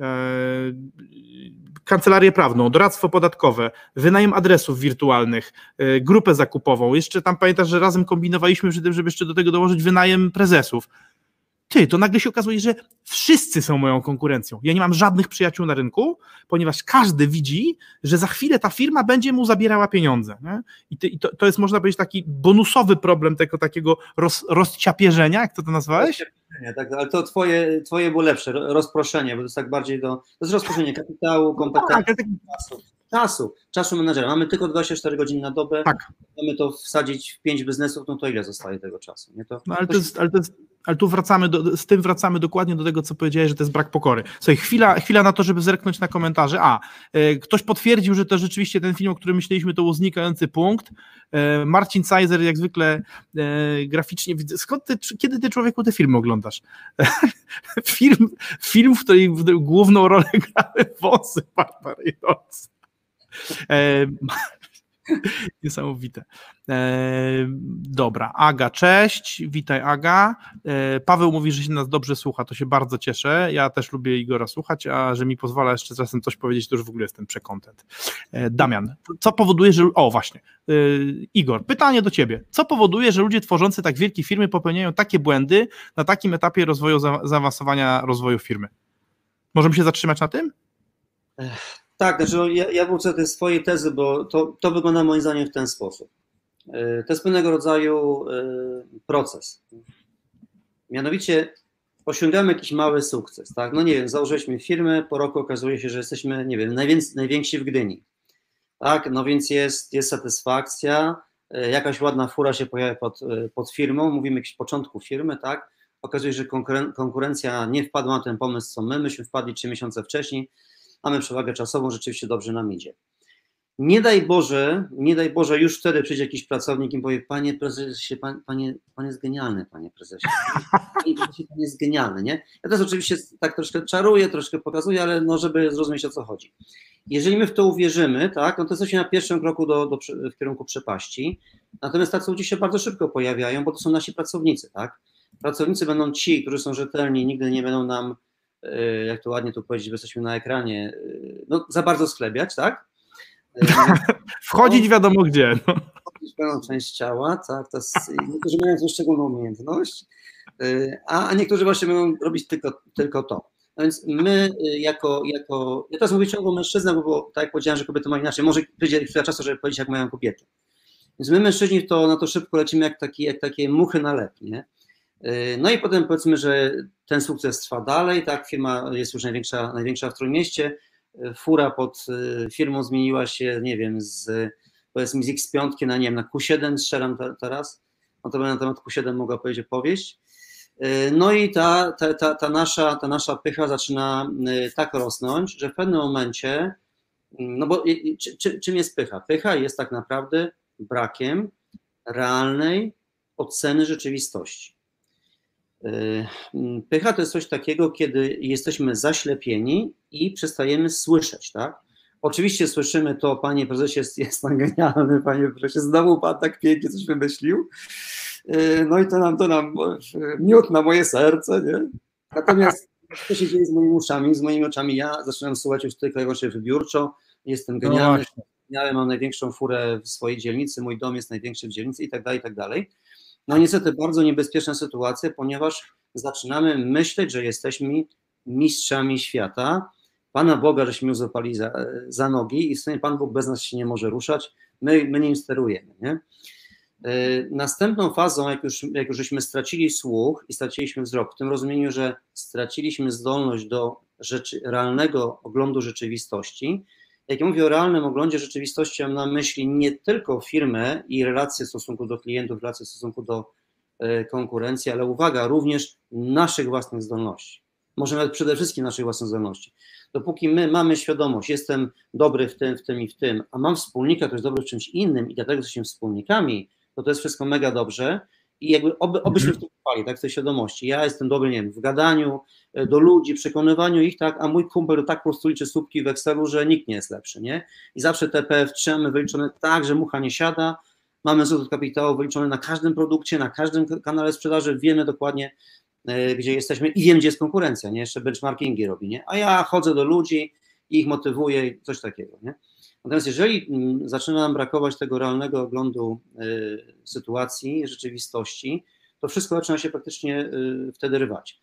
kancelarię prawną, doradztwo podatkowe, wynajem adresów wirtualnych, grupę zakupową. Jeszcze tam pamiętasz, że razem kombinowaliśmy przy tym, żeby jeszcze do tego dołożyć wynajem prezesów. Ty, to nagle się okazuje, że wszyscy są moją konkurencją. Ja nie mam żadnych przyjaciół na rynku, ponieważ każdy widzi, że za chwilę ta firma będzie mu zabierała pieniądze. Nie? I, ty, i to, to jest, można powiedzieć, taki bonusowy problem tego takiego roz, rozciapierzenia, jak to to nazwałeś? Tak, ale to twoje, twoje było lepsze, rozproszenie, bo to jest tak bardziej do, to jest rozproszenie kapitału, kompetencji, no tak, tak. czasu, czasu, czasu menedżera. Mamy tylko dwadzieścia cztery godziny na dobę, tak. Mamy to wsadzić w pięć biznesów, no to ile zostaje tego czasu? Nie? To, no, ale, to jest, ale, to jest, ale tu wracamy, do, z tym wracamy dokładnie do tego, co powiedziałeś, że to jest brak pokory. Słuchaj, chwila, chwila na to, żeby zerknąć na komentarze. A, e, ktoś potwierdził, że to rzeczywiście ten film, o którym myśleliśmy, to był znikający punkt. E, Marcin Cajzer, jak zwykle e, graficznie widzę. Skąd ty, kiedy ty, człowieku, te filmy oglądasz? film, film, w którym główną rolę grały wąsy barbaryjące. E, Niesamowite. E, dobra, Aga, cześć, witaj Aga. E, Paweł mówi, że się nas dobrze słucha, to się bardzo cieszę. Ja też lubię Igora słuchać, a że mi pozwala jeszcze czasem coś powiedzieć, to już w ogóle jest ten przekontent. E, Damian, co powoduje, że... O, właśnie. E, Igor, pytanie do ciebie. Co powoduje, że ludzie tworzący tak wielkie firmy popełniają takie błędy na takim etapie rozwoju, za, zaawansowania rozwoju firmy? Możemy się zatrzymać na tym? Ech. Tak, znaczy ja, ja wrócę do tej swojej tezy, bo to, to wygląda moim zdaniem w ten sposób. To jest pewnego rodzaju proces. Mianowicie osiągamy jakiś mały sukces, tak? No nie wiem, założyliśmy firmę, po roku okazuje się, że jesteśmy, nie wiem, najwięcej, najwięksi w Gdyni. Tak, no więc jest, jest satysfakcja, jakaś ładna fura się pojawia pod, pod firmą, mówimy o jakimś początku firmy, tak? Okazuje się, że konkuren- konkurencja nie wpadła na ten pomysł, co my, myśmy wpadli trzy miesiące wcześniej, mamy przewagę czasową, rzeczywiście dobrze nam idzie. Nie daj Boże, nie daj Boże, już wtedy przyjdzie jakiś pracownik i powie, panie prezesie, pan, panie, pan jest genialny, panie prezesie. Panie prezesie, pan jest genialny, nie? Ja też oczywiście tak troszkę czaruję, troszkę pokazuję, ale no, żeby zrozumieć, o co chodzi. Jeżeli my w to uwierzymy, tak, no to jesteśmy na pierwszym kroku do, do, w kierunku przepaści, natomiast tacy ludzie się bardzo szybko pojawiają, bo to są nasi pracownicy, tak? Pracownicy będą ci, którzy są rzetelni, nigdy nie będą nam, jak to ładnie tu powiedzieć, bo jesteśmy na ekranie, no za bardzo sklebiać, tak? Wchodzić wiadomo gdzie. No. Wchodzić pełną część ciała, tak? To jest, niektórzy mają tu szczególną umiejętność, a niektórzy właśnie będą robić tylko, tylko to. No więc my jako, jako, ja teraz mówię ciągle o mężczyznach, bo tak jak powiedziałem, że kobiety mają inaczej, może przyjdzie chwila czasu, żeby powiedzieć, jak mają kobiety. Więc my mężczyźni to na to szybko lecimy jak, taki, jak takie muchy na lep, nie? No i potem powiedzmy, że ten sukces trwa dalej, tak, firma jest już największa, największa w Trójmieście, fura pod firmą zmieniła się, nie wiem, z powiedzmy z X pięć na, nie wiem, na Q siedem, strzelam teraz, no to na temat Q siedem mogła powiedzieć opowieść. No i ta, ta, ta, ta, nasza, ta nasza pycha zaczyna tak rosnąć, że w pewnym momencie, no bo czy, czy, czym jest pycha? Pycha jest tak naprawdę brakiem realnej oceny rzeczywistości. Pycha to jest coś takiego, kiedy jesteśmy zaślepieni i przestajemy słyszeć, tak? Oczywiście słyszymy to, panie prezesie, jest, jest pan genialny, panie prezesie, znowu pan tak pięknie coś wymyślił. No i to nam, to nam miód na moje serce, nie? Natomiast co się dzieje z moimi uszami, z moimi oczami? Ja zaczynam słuchać już tylko i wyłącznie wybiórczo, jestem genialny, no mam największą furę w swojej dzielnicy, mój dom jest największy w dzielnicy i tak dalej, i tak dalej. No niestety bardzo niebezpieczna sytuacja, ponieważ zaczynamy myśleć, że jesteśmy mistrzami świata, Pana Boga, żeśmy ją złapali za, za nogi i w sumie Pan Bóg bez nas się nie może ruszać, my, my nim sterujemy, nie? Następną fazą, jak już, jak już żeśmy stracili słuch i straciliśmy wzrok, w tym rozumieniu, że straciliśmy zdolność do rzeczy, realnego oglądu rzeczywistości. Jak ja mówię o realnym oglądzie rzeczywistości, mam na myśli nie tylko firmę i relacje w stosunku do klientów, relacje w stosunku do konkurencji, ale uwaga, również naszych własnych zdolności. Może nawet przede wszystkim naszych własnych zdolności. Dopóki my mamy świadomość, jestem dobry w tym, w tym i w tym, a mam wspólnika, który jest dobry w czymś innym i dlatego jesteśmy wspólnikami, to to jest wszystko mega dobrze i jakby oby, obyśmy w tym trwali, tak, w tej świadomości. Ja jestem dobry, nie wiem, w gadaniu do ludzi, przekonywaniu ich, tak, a mój kumpel tak po prostu liczy słupki w Excelu, że nikt nie jest lepszy, nie? I zawsze te P F trzymamy wyliczone tak, że mucha nie siada, mamy zwrot kapitału wyliczony na każdym produkcie, na każdym kanale sprzedaży, wiemy dokładnie, gdzie jesteśmy i wiem, gdzie jest konkurencja, nie? Jeszcze benchmarkingi robi, nie? A ja chodzę do ludzi i ich motywuję i coś takiego, nie? Natomiast jeżeli zaczyna nam brakować tego realnego oglądu y, sytuacji, rzeczywistości, to wszystko zaczyna się praktycznie y, wtedy rywać.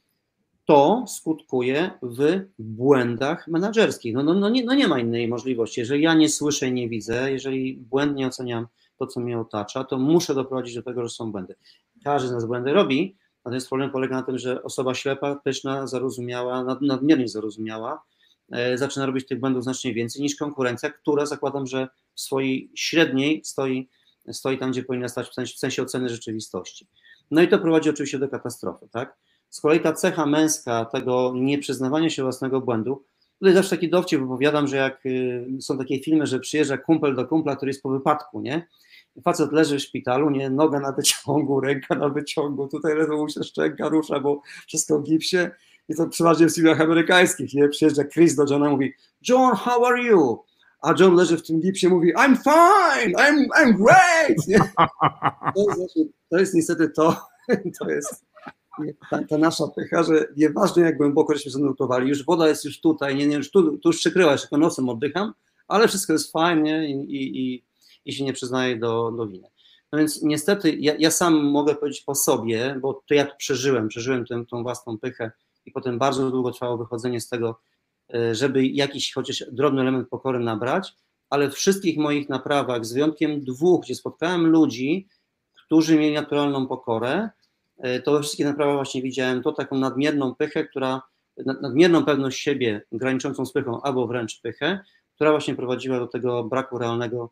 To skutkuje w błędach menedżerskich. No, no, no, nie, no nie ma innej możliwości. Jeżeli ja nie słyszę i nie widzę, jeżeli błędnie oceniam to, co mnie otacza, to muszę doprowadzić do tego, że są błędy. Każdy z nas błędy robi, natomiast problem polega na tym, że osoba ślepa, pyszna, zarozumiała, nad, nadmiernie zarozumiała, e, zaczyna robić tych błędów znacznie więcej niż konkurencja, która zakładam, że w swojej średniej stoi, stoi tam, gdzie powinna stać w sensie, w sensie oceny rzeczywistości. No i to prowadzi oczywiście do katastrofy, tak? Z kolei ta cecha męska tego nieprzyznawania się własnego błędu, tutaj zawsze taki dowcip opowiadam, że jak y, są takie filmy, że przyjeżdża kumpel do kumpla, który jest po wypadku, nie? Facet leży w szpitalu, nie, noga na wyciągu, ręka na wyciągu, tutaj ledwo mu się szczęka rusza, bo wszystko w gipsie. I to przeważnie w filmach amerykańskich, nie? Przyjeżdża Chris do Johna i mówi: John, how are you? A John leży w tym gipsie, mówi: I'm fine, I'm, I'm great! Nie? To, jest, to jest niestety to, to jest ta, ta nasza pycha, że nieważne jak głęboko żeśmy zanurkowali, już woda jest już tutaj, nie, nie, już tu, tu już przykryła, jeszcze tylko nosem oddycham, ale wszystko jest fajnie i, i, i i się nie przyznaje do, do winy. No więc niestety ja, ja sam mogę powiedzieć po sobie, bo to ja to przeżyłem, przeżyłem tę, tą własną pychę i potem bardzo długo trwało wychodzenie z tego, żeby jakiś chociaż drobny element pokory nabrać, ale w wszystkich moich naprawach, z wyjątkiem dwóch, gdzie spotkałem ludzi, którzy mieli naturalną pokorę, to we wszystkich naprawach właśnie widziałem to taką nadmierną pychę, która, nadmierną pewność siebie graniczącą z pychą albo wręcz pychę, która właśnie prowadziła do tego braku realnego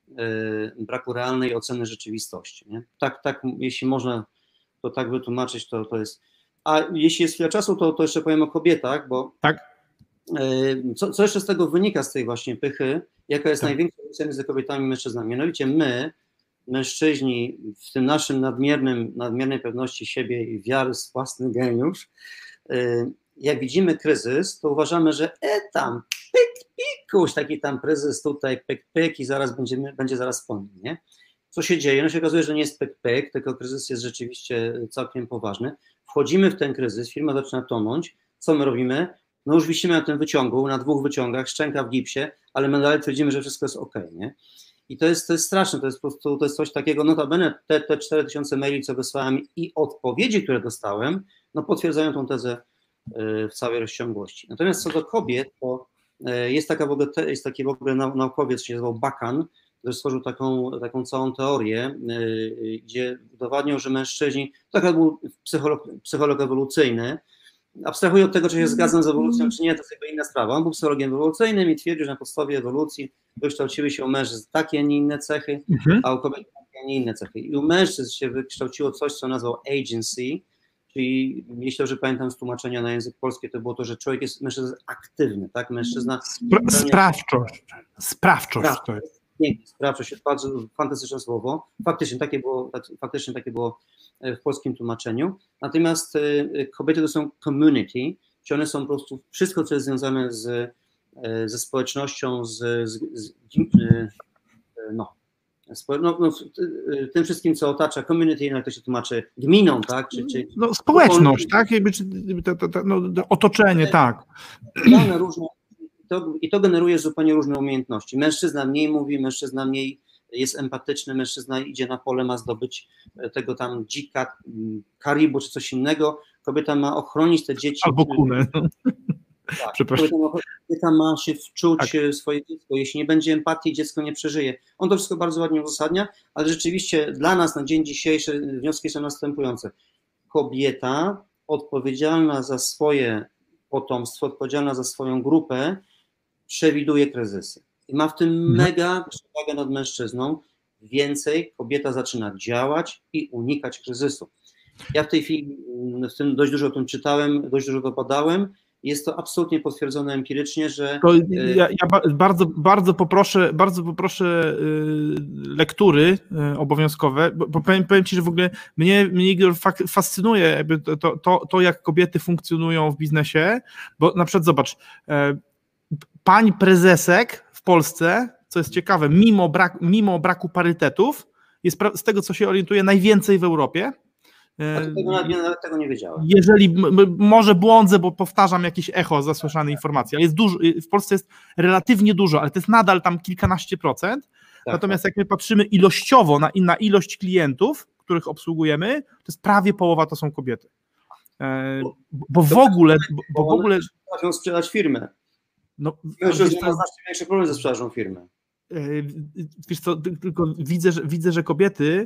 braku realnej oceny rzeczywistości. Nie? Tak, tak, jeśli można to tak wytłumaczyć, to, to jest. A jeśli jest chwila czasu, to, to jeszcze powiem o kobietach, bo tak. co, co jeszcze z tego wynika, z tej właśnie pychy, jaka jest tak. największa różnica między kobietami i mężczyznami? Mianowicie my, mężczyźni, w tym naszym nadmiernym, nadmiernej pewności siebie i wiary w własny geniusz, jak widzimy kryzys, to uważamy, że e tam, pyk, pikuś, taki tam kryzys tutaj, pyk, pyk i zaraz będziemy, będzie zaraz po nim, nie? Co się dzieje? No się okazuje, że nie jest pyk, pyk, tylko kryzys jest rzeczywiście całkiem poważny. Wchodzimy w ten kryzys, firma zaczyna tonąć. Co my robimy? No już wisimy na tym wyciągu, na dwóch wyciągach, szczęka w gipsie, ale my dalej twierdzimy, że wszystko jest okej, nie? I to jest, to jest straszne, to jest po prostu, to jest coś takiego, notabene te, te cztery tysiące maili, co wysłałem i odpowiedzi, które dostałem, no potwierdzają tą tezę w całej rozciągłości. Natomiast co do kobiet, to jest, taka w ogóle, jest taki w ogóle naukowiec, się nazywał Bakan, który stworzył taką, taką całą teorię, gdzie udowadniał, że mężczyźni, to tak był psycholog, psycholog ewolucyjny, abstrahuję od tego, czy się zgadzam z ewolucją, czy nie, to jest jakby inna sprawa. On był psychologiem ewolucyjnym i twierdził, że na podstawie ewolucji wykształciły się u mężczyzn takie, a nie inne cechy, mhm. a u kobiet takie, a nie inne cechy. I u mężczyzn się wykształciło coś, co nazwał agency, czyli jeśli dobrze pamiętam z tłumaczenia na język polski, to było to, że człowiek jest mężczyzna aktywny, tak? Mężczyzna... Spra- sprawczość. Sprawczość. Sprawczość. pięknie, sprawdza się, bardzo fantastyczne słowo, faktycznie takie było, faktycznie takie było w polskim tłumaczeniu, natomiast kobiety to są community, czy one są po prostu wszystko, co jest związane z, ze społecznością, z, z, z no, no, no, tym wszystkim, co otacza community, jak to się tłumaczy, gminą, tak? Czy, czy, no, społeczność, tak? Jakby, czy, to, to, to, no, otoczenie, tak. Różne, to, I to generuje zupełnie różne umiejętności. Mężczyzna mniej mówi, mężczyzna mniej jest empatyczny, mężczyzna idzie na pole, ma zdobyć tego tam dzika, karibu czy coś innego, kobieta ma ochronić te dzieci. Albo kunę. Tak, kobieta, ma, kobieta ma się wczuć tak. swoje dziecko, jeśli nie będzie empatii, dziecko nie przeżyje. On to wszystko bardzo ładnie uzasadnia, ale rzeczywiście dla nas na dzień dzisiejszy wnioski są następujące. Kobieta odpowiedzialna za swoje potomstwo, odpowiedzialna za swoją grupę, przewiduje kryzysy. I ma w tym hmm. mega przewagę nad mężczyzną. Więcej kobieta zaczyna działać i unikać kryzysu. Ja w tej chwili w tym dość dużo o tym czytałem, dość dużo to badałem. Jest to absolutnie potwierdzone empirycznie, że... To ja ja bardzo, bardzo poproszę, bardzo poproszę lektury obowiązkowe, bo powiem, powiem Ci, że w ogóle mnie, mnie fascynuje jakby to, to, to, jak kobiety funkcjonują w biznesie, bo na przykład zobacz, pań prezesek w Polsce, co jest ciekawe, mimo, brak, mimo braku parytetów, jest z tego, co się orientuje, najwięcej w Europie. A tego, nawet tego nie wiedziałem. Jeżeli, m, może błądzę, bo powtarzam jakieś echo zasłyszanej informacji, ale jest dużo, w Polsce jest relatywnie dużo, ale to jest nadal tam kilkanaście procent. Tak, Natomiast tak. jak my patrzymy ilościowo na, na ilość klientów, których obsługujemy, to jest prawie połowa to są kobiety. E, bo, bo w ogóle... Bo, bo w ogóle potrafią sprzedać firmę. No, wiesz, że ma znacznie większy problem ze sprzedażą firmy. Wiesz co, tylko widzę, że, widzę, że kobiety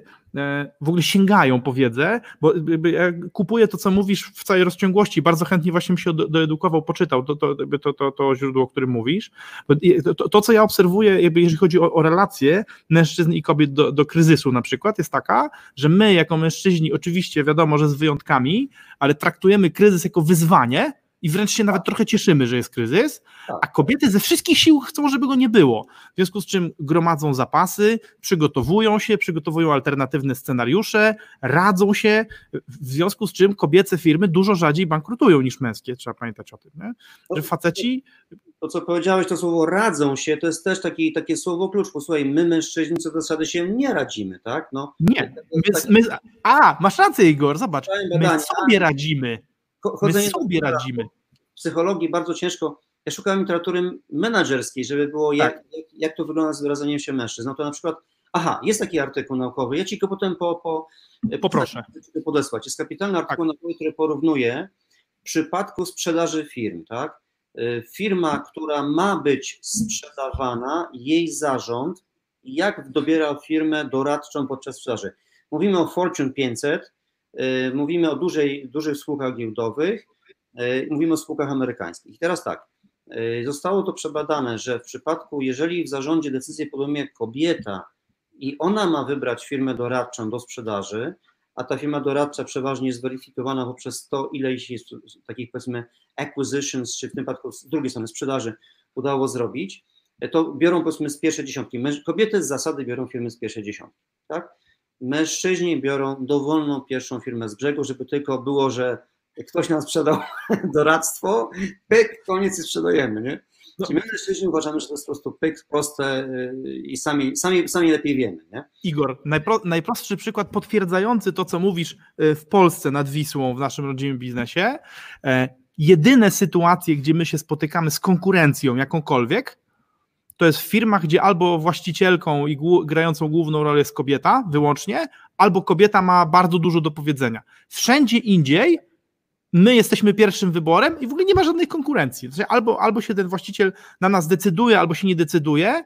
w ogóle sięgają po wiedzę, bo ja kupuję to, co mówisz w całej rozciągłości, bardzo chętnie właśnie bym się doedukował, poczytał to, to, to, to, to źródło, o którym mówisz. To, to, to co ja obserwuję, jakby jeżeli chodzi o, o relacje mężczyzn i kobiet do, do kryzysu na przykład, jest taka, że my jako mężczyźni, oczywiście wiadomo, że z wyjątkami, ale traktujemy kryzys jako wyzwanie, i wręcz się nawet trochę cieszymy, że jest kryzys, a kobiety ze wszystkich sił chcą, żeby go nie było. W związku z czym gromadzą zapasy, przygotowują się, przygotowują alternatywne scenariusze, radzą się, w związku z czym kobiece firmy dużo rzadziej bankrutują niż męskie, trzeba pamiętać o tym, nie? Że faceci... To, co powiedziałeś, to słowo radzą się, to jest też taki, takie słowo klucz. Posłuchaj, my mężczyźni co do zasady się nie radzimy, tak? No, nie. My, my, a, masz rację, Igor, zobacz, my sobie radzimy. My sobie radzimy. W psychologii bardzo ciężko. Ja szukałem literatury menedżerskiej, żeby było jak, tak. jak, jak to wygląda z wyradzeniem się mężczyzn. No to na przykład, aha, jest taki artykuł naukowy, ja ci go potem po, po, poproszę po, podesłać. Jest kapitalny artykuł tak. naukowy, który porównuje w przypadku sprzedaży firm, tak? Firma, która ma być sprzedawana, jej zarząd, jak dobiera firmę doradczą podczas sprzedaży. Mówimy o Fortune pięćset, mówimy o dużej, dużych spółkach giełdowych, mówimy o spółkach amerykańskich. I teraz tak, zostało to przebadane, że w przypadku, jeżeli w zarządzie decyzję podejmie kobieta i ona ma wybrać firmę doradczą do sprzedaży, a ta firma doradcza przeważnie jest weryfikowana poprzez to, ile jest takich, powiedzmy, acquisitions, czy w tym przypadku z drugiej strony sprzedaży udało zrobić, to biorą, powiedzmy, z pierwszej dziesiątki. Kobiety z zasady biorą firmy z pierwszej dziesiątki, tak? Mężczyźni biorą dowolną pierwszą firmę z brzegu, żeby tylko było, że ktoś nam sprzedał doradztwo, pyk, koniec i sprzedajemy, nie? No. Czyli my mężczyźni uważamy, że to jest po prostu pyk, proste i sami, sami, sami lepiej wiemy, nie? Igor, najpro, najprostszy przykład potwierdzający to, co mówisz w Polsce nad Wisłą, w naszym rodzimym biznesie. E, jedyne sytuacje, gdzie my się spotykamy z konkurencją jakąkolwiek, to jest w firmach, gdzie albo właścicielką i głu- grającą główną rolę jest kobieta wyłącznie, albo kobieta ma bardzo dużo do powiedzenia. Wszędzie indziej my jesteśmy pierwszym wyborem i w ogóle nie ma żadnej konkurencji. Znaczy albo, albo się ten właściciel na nas decyduje, albo się nie decyduje.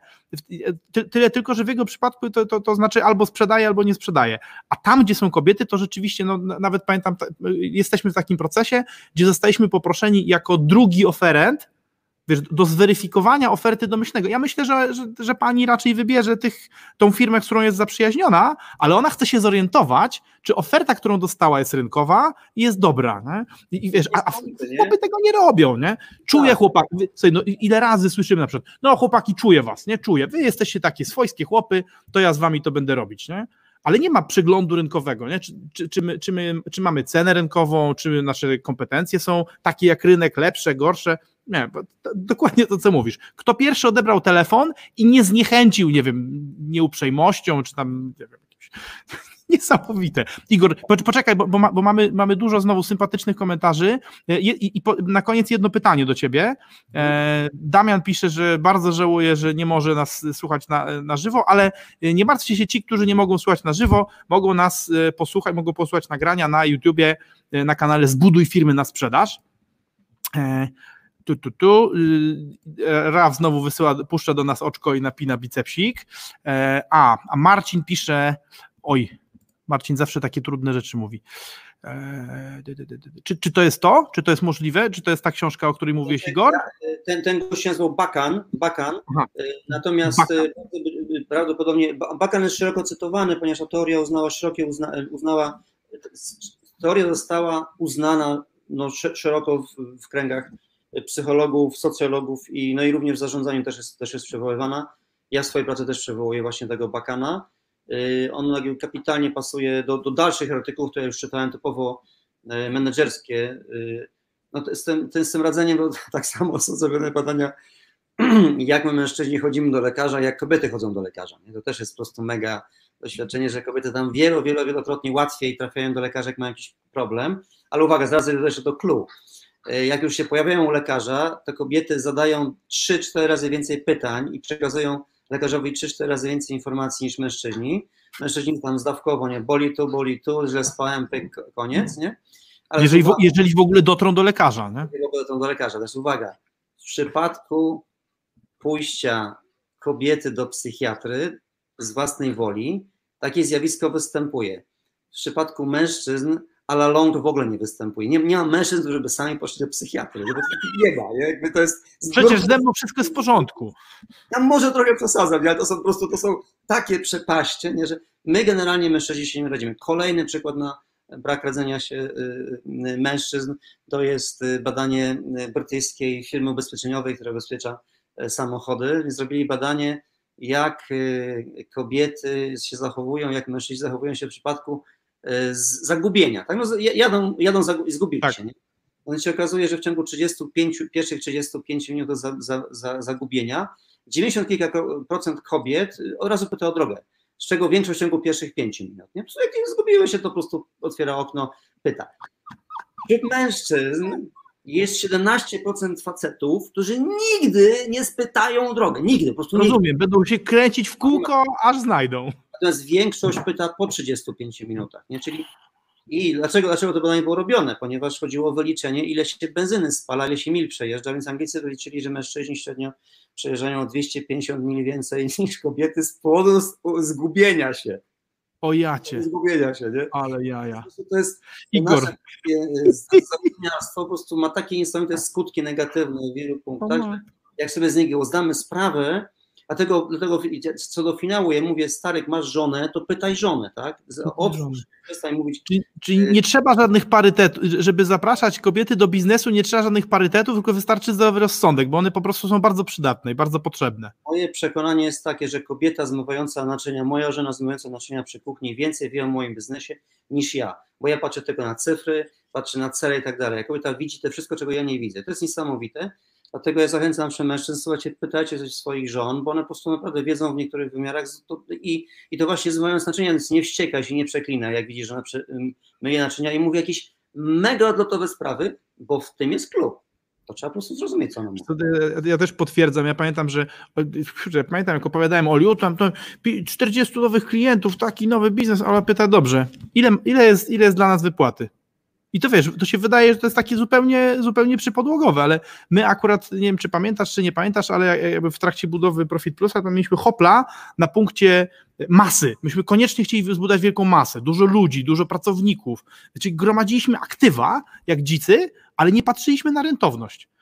Ty, tyle tylko, że w jego przypadku to, to, to znaczy albo sprzedaje, albo nie sprzedaje. A tam, gdzie są kobiety, to rzeczywiście, no, nawet pamiętam, jesteśmy w takim procesie, gdzie zostaliśmy poproszeni jako drugi oferent, wiesz, do zweryfikowania oferty domyślnego. Ja myślę, że, że, że pani raczej wybierze tych, tą firmę, z którą jest zaprzyjaźniona, ale ona chce się zorientować, czy oferta, którą dostała, jest rynkowa i jest dobra. Nie? I, i wiesz, a, a chłopy tego nie robią. Nie? Czuję tak. chłopaki, słuchaj, no, ile razy słyszymy na przykład, no chłopaki, czuję was, nie? Czuję, wy jesteście takie swojskie chłopy, to ja z wami to będę robić. Nie? Ale nie ma przeglądu rynkowego, nie? Czy, czy, czy, my, czy, my, czy mamy cenę rynkową, czy nasze kompetencje są takie jak rynek, lepsze, gorsze. Nie, to, dokładnie to, co mówisz. Kto pierwszy odebrał telefon i nie zniechęcił, nie wiem, nieuprzejmością, czy tam, nie wiem, jakimś... Niesamowite. Igor, poczekaj, bo, bo, ma, bo mamy, mamy dużo znowu sympatycznych komentarzy i, i, i po, na koniec jedno pytanie do ciebie. E, Damian pisze, że bardzo żałuje, że nie może nas słuchać na, na żywo, ale nie martwcie się, ci, którzy nie mogą słuchać na żywo, mogą nas posłuchać, mogą posłuchać nagrania na YouTubie, na kanale Zbuduj firmy na sprzedaż. E, Tu, tu, tu. Raf znowu wysyła, puszcza do nas oczko i napina bicepsik. A, a Marcin pisze, oj, Marcin zawsze takie trudne rzeczy mówi. Czy, czy to jest to? Czy to jest możliwe? Czy to jest ta książka, o której mówiłeś, Igor? Ten, ten gość się nazywał Bakan, Bakan. Natomiast Bakan. prawdopodobnie Bakan jest szeroko cytowany, ponieważ ta teoria uznała szerokie, uzna, uznała, teoria została uznana no, szeroko w, w kręgach psychologów, socjologów i, no i również w zarządzaniu też jest, też jest przywoływana. Ja w swojej pracy też przywołuję właśnie tego Bakana. On kapitalnie pasuje do, do dalszych artykułów, które już czytałem, typowo menedżerskie. No z, tym, z tym radzeniem to tak samo są zrobione badania, jak my mężczyźni chodzimy do lekarza, jak kobiety chodzą do lekarza. To też jest po prostu mega doświadczenie, że kobiety tam wielo, wielo, wielokrotnie łatwiej trafiają do lekarza, jak mają jakiś problem. Ale uwaga, zaraz dojdę jeszcze do clue. Jak już się pojawiają u lekarza, to kobiety zadają trzy cztery razy więcej pytań i przekazują lekarzowi trzy cztery razy więcej informacji niż mężczyźni. Mężczyźni tam zdawkowo, nie, boli tu, boli tu, źle spałem, pyk, koniec, nie? Ale jeżeli, w, jeżeli w ogóle dotrą do lekarza, nie? Jeżeli w ogóle dotrą do lekarza, też uwaga, w przypadku pójścia kobiety do psychiatry z własnej woli, takie zjawisko występuje. W przypadku mężczyzn a la longue w ogóle nie występuje. Nie, nie ma mężczyzn, którzy by sami poszli do psychiatry. Żeby nie ma, nie? Jakby to jest... Przecież ze mną wszystko jest w porządku. Tam może trochę przesadzam, ale to są po prostu to są takie przepaście, nie? Że my generalnie mężczyźni się nie radzimy. Kolejny przykład na brak radzenia się mężczyzn to jest badanie brytyjskiej firmy ubezpieczeniowej, która ubezpiecza samochody. Zrobili badanie, jak kobiety się zachowują, jak mężczyźni zachowują się w przypadku z zagubienia. Tak? No, jadą, jadą zgubić tak. się. Nie? No się okazuje, że w ciągu trzydziestu pięciu, pierwszych trzydziestu pięciu minut do za, za, za, zagubienia dziewięćdziesiąt kilka procent kobiet od razu pyta o drogę, z czego większość w ciągu pierwszych pięciu minut. Nie? Jak zgubiły się, to po prostu otwiera okno, pyta. Wśród mężczyzn jest siedemnaście procent facetów, którzy nigdy nie spytają o drogę. Nigdy, po prostu Rozumiem, nigdy. Będą się kręcić w kółko, aż znajdą. Natomiast większość pyta po trzydziestu pięciu minutach. Nie? Czyli i dlaczego, dlaczego to badanie było robione? Ponieważ chodziło o wyliczenie, ile się benzyny spala, ile się mil przejeżdża, więc Anglicy wyliczyli, że mężczyźni średnio przejeżdżają dwieście pięćdziesiąt mil więcej niż kobiety z powodu zgubienia się. O jacie. Zgubienia się, nie? Ale jaja. To jest Igor. Zatrudniarstwo po prostu ma takie niesamowite skutki negatywne w wielu punktach, że jak sobie z niego zdamy sprawę, Dlatego, dlatego co do finału, ja mówię, Starek, masz żonę, to pytaj żonę, tak? Otwórz, przestań mówić. Czyli, czyli nie trzeba żadnych parytetów, żeby zapraszać kobiety do biznesu, nie trzeba żadnych parytetów, tylko wystarczy zdrowy rozsądek, bo one po prostu są bardzo przydatne i bardzo potrzebne. Moje przekonanie jest takie, że kobieta zmywająca naczynia, moja żona zmywająca naczynia przy kuchni więcej wie o moim biznesie niż ja, bo ja patrzę tylko na cyfry, patrzę na cele i tak dalej. Kobieta widzi to wszystko, czego ja nie widzę. To jest niesamowite. Dlatego ja zachęcam naszych mężczyzn, słuchajcie, pytajcie coś swoich żon, bo one po prostu naprawdę wiedzą w niektórych wymiarach to, i, i to właśnie zmywając naczynia, więc nie wściekaj się, nie przeklinaj, jak widzisz, że ona myje naczynia i mówi jakieś mega odlotowe sprawy, bo w tym jest klub. To trzeba po prostu zrozumieć, co ona mówi. Ja też potwierdzam, ja pamiętam, że pamiętam, jak opowiadałem Oliu, tam to czterdziestu nowych klientów, taki nowy biznes, ale pyta, dobrze, ile, ile, jest, ile jest dla nas wypłaty? I to wiesz, to się wydaje, że to jest takie zupełnie, zupełnie przypodłogowe, ale my akurat, nie wiem, czy pamiętasz, czy nie pamiętasz, ale jakby w trakcie budowy Profit Plusa tam mieliśmy hopla na punkcie masy. Myśmy koniecznie chcieli zbudować wielką masę, dużo ludzi, dużo pracowników. Czyli gromadziliśmy aktywa jak dzicy, ale nie patrzyliśmy na rentowność.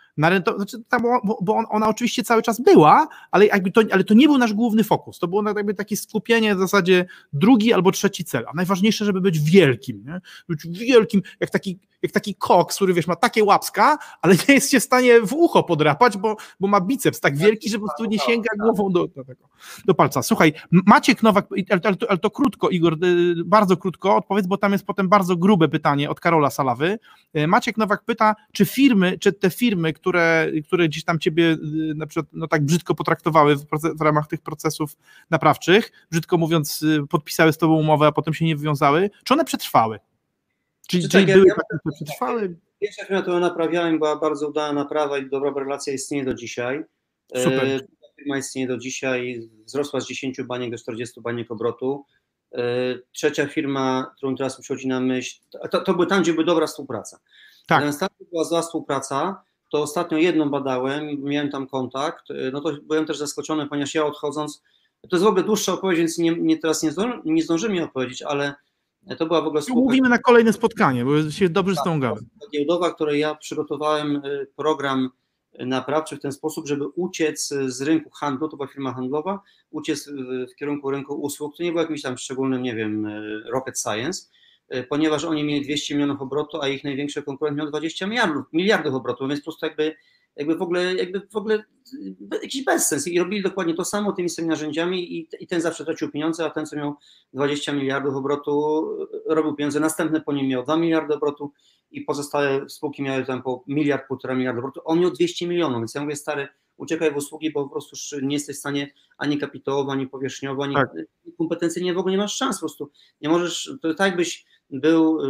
Na rento, znaczy tam, bo, bo ona oczywiście cały czas była, ale, jakby to, ale to nie był nasz główny fokus. To było jakby takie skupienie w zasadzie drugi albo trzeci cel. A najważniejsze, żeby być wielkim. Nie? Być wielkim, jak taki, jak taki koks, który wiesz, ma takie łapska, ale nie jest się w stanie w ucho podrapać, bo, bo ma biceps tak wielki, że po prostu nie sięga głową do, do tego, do palca. Słuchaj, Maciek Nowak, ale, ale, to, ale to krótko, Igor, bardzo krótko odpowiedz, bo tam jest potem bardzo grube pytanie od Karola Salawy. Maciek Nowak pyta, czy firmy, czy te firmy, które, które gdzieś tam ciebie na przykład no tak brzydko potraktowały w, proces, w ramach tych procesów naprawczych, brzydko mówiąc, podpisały z tobą umowę, a potem się nie wywiązały, czy one przetrwały? Czy, czy, czy tak, były ja, takie, które przetrwały? Pierwsza firma, którą naprawiałem, była bardzo udana naprawa i dobra relacja istnieje do dzisiaj. Super. E, firma istnieje do dzisiaj, wzrosła z dziesięciu baniek do czterdziestu baniek obrotu. E, trzecia firma, którą teraz mi przychodzi na myśl, to, to były tam, gdzie była dobra współpraca. Tak. Natomiast tam, gdzie była zła współpraca, to ostatnio jedną badałem, miałem tam kontakt, no to byłem też zaskoczony, ponieważ ja odchodząc, to jest w ogóle dłuższa odpowiedź, więc nie, nie, teraz nie, zdąży, nie zdążymy mi opowiedzieć, ale to była w ogóle spółka... Mówimy na kolejne spotkanie, bo się dobrze z tą gadam. Giełdowa, której ja przygotowałem program naprawczy w ten sposób, żeby uciec z rynku handlu, to była firma handlowa, uciec w kierunku rynku usług, to nie było jakimś tam szczególnym, nie wiem, rocket science, ponieważ oni mieli dwieście milionów obrotu, a ich największy konkurent miał dwadzieścia miliardów, miliardów obrotu, więc po prostu jakby, jakby w ogóle, jakby w ogóle jakiś bezsens i robili dokładnie to samo tymi samymi narzędziami i, i ten zawsze tracił pieniądze, a ten, co miał dwadzieścia miliardów obrotu, robił pieniądze, następny po nim miał dwa miliardy obrotu i pozostałe spółki miały tam po miliard, półtora miliarda obrotu, on miał dwieście milionów, więc ja mówię, stary, uciekaj w usługi, bo po prostu nie jesteś w stanie ani kapitałowo, ani powierzchniowo, ani tak. kompetencyjnie w ogóle nie masz szans, po prostu nie możesz, to tak byś był,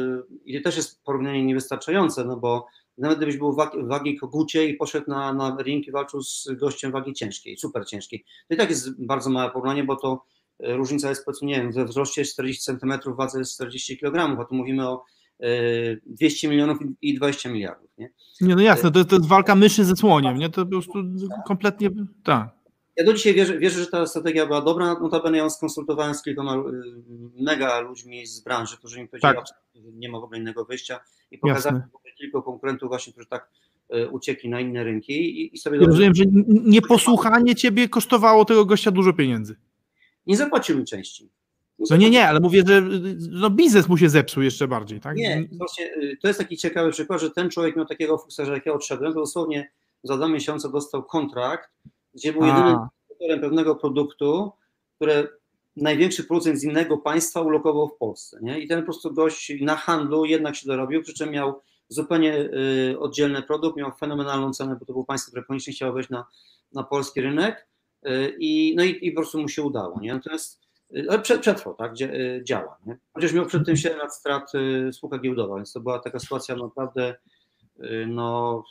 i to też jest porównanie niewystarczające, no bo nawet gdybyś był w wagi kogucie i poszedł na, na ring i walczył z gościem wagi ciężkiej, super ciężkiej, to i tak jest bardzo małe porównanie, bo to różnica jest, powiedzmy, nie wiem, we wzroście czterdzieści centymetrów, wadze jest czterdzieści kilogramów, a tu mówimy o dwieście milionów i dwadzieścia miliardów, nie? Nie, no jasne, to, to jest walka myszy ze słoniem, nie? To po prostu kompletnie, tak. Ja do dzisiaj wierzę, wierzę, że ta strategia była dobra, notabene ja ją skonsultowałem z kilkoma mega ludźmi z branży, którzy mi powiedzieli, tak. że nie ma w ogóle innego wyjścia i pokazali kilku konkurentów właśnie, którzy tak uciekli na inne rynki i, i sobie... Ja rozumiem, że nieposłuchanie ciebie kosztowało tego gościa dużo pieniędzy. Nie zapłacił mi części. No nie, nie, ale mówię, że no biznes mu się zepsuł jeszcze bardziej, tak? Nie, właśnie to jest taki ciekawy przykład, że ten człowiek miał takiego fuksa, że jak ja odszedłem, to dosłownie za dwa miesiące dostał kontrakt, gdzie był jedynym autorem pewnego produktu, które największy producent z innego państwa ulokował w Polsce, nie? I ten po prostu gość na handlu jednak się dorobił, przy czym miał zupełnie y, oddzielny produkt, miał fenomenalną cenę, bo to było państwo, które koniecznie chciało wejść na, na polski rynek y, i, no i, i po prostu mu się udało, nie? Natomiast ale przetrwał, tak, działa, nie? Chociaż miał przed tym siedem lat strat spółka giełdowa, więc to była taka sytuacja naprawdę, no...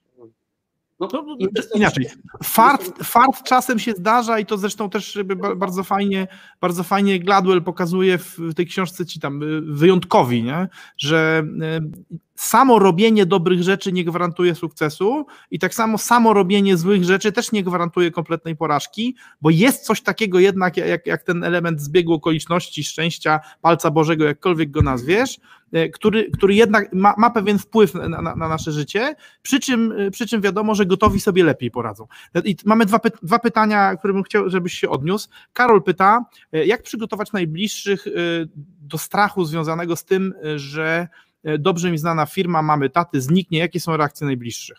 no, no inaczej, fart, fart czasem się zdarza i to zresztą też bardzo fajnie, bardzo fajnie Gladwell pokazuje w tej książce ci tam wyjątkowi, nie? Że samo robienie dobrych rzeczy nie gwarantuje sukcesu i tak samo samo robienie złych rzeczy też nie gwarantuje kompletnej porażki, bo jest coś takiego jednak jak, jak ten element zbiegu okoliczności, szczęścia, palca Bożego, jakkolwiek go nazwiesz, który, który jednak ma, ma pewien wpływ na, na, na nasze życie, przy czym, przy czym wiadomo, że gotowi sobie lepiej poradzą. I mamy dwa, py, dwa pytania, które bym chciał, żebyś się odniósł. Karol pyta, jak przygotować najbliższych do strachu związanego z tym, że dobrze mi znana firma, mamy taty, zniknie. Jakie są reakcje najbliższych?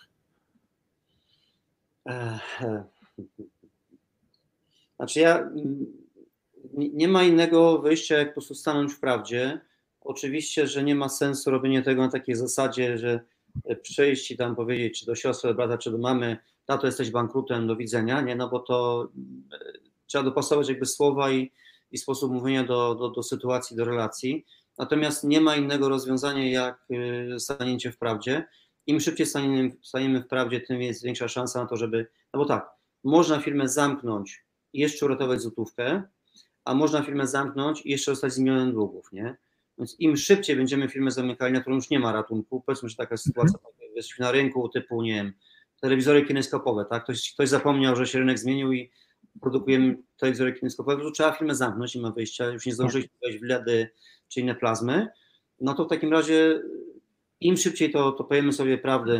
Znaczy ja, nie ma innego wyjścia, jak po prostu stanąć w prawdzie. Oczywiście, że nie ma sensu robienie tego na takiej zasadzie, że przyjść i tam powiedzieć, czy do siostry, do brata, czy do mamy, tato, jesteś bankrutem, do widzenia, nie, no bo to trzeba dopasować jakby słowa i, i sposób mówienia do, do, do sytuacji, do relacji. Natomiast nie ma innego rozwiązania jak stanięcie w prawdzie. Im szybciej staniemy, staniemy w prawdzie, tym jest większa szansa na to, żeby, no bo tak, można firmę zamknąć i jeszcze uratować złotówkę, a można firmę zamknąć i jeszcze zostać z milionem długów, nie? Więc im szybciej będziemy firmę zamykali, na którą już nie ma ratunku, powiedzmy, że taka sytuacja, mm. jesteśmy na rynku typu, nie wiem, telewizory kineskopowe, tak? Ktoś, ktoś zapomniał, że się rynek zmienił i produkujemy telewizory kineskopowe, to trzeba firmę zamknąć, nie ma wyjścia, już nie zdążyliśmy wejść w L E D y czy inne plazmy, no to w takim razie im szybciej to, to powiemy sobie prawdę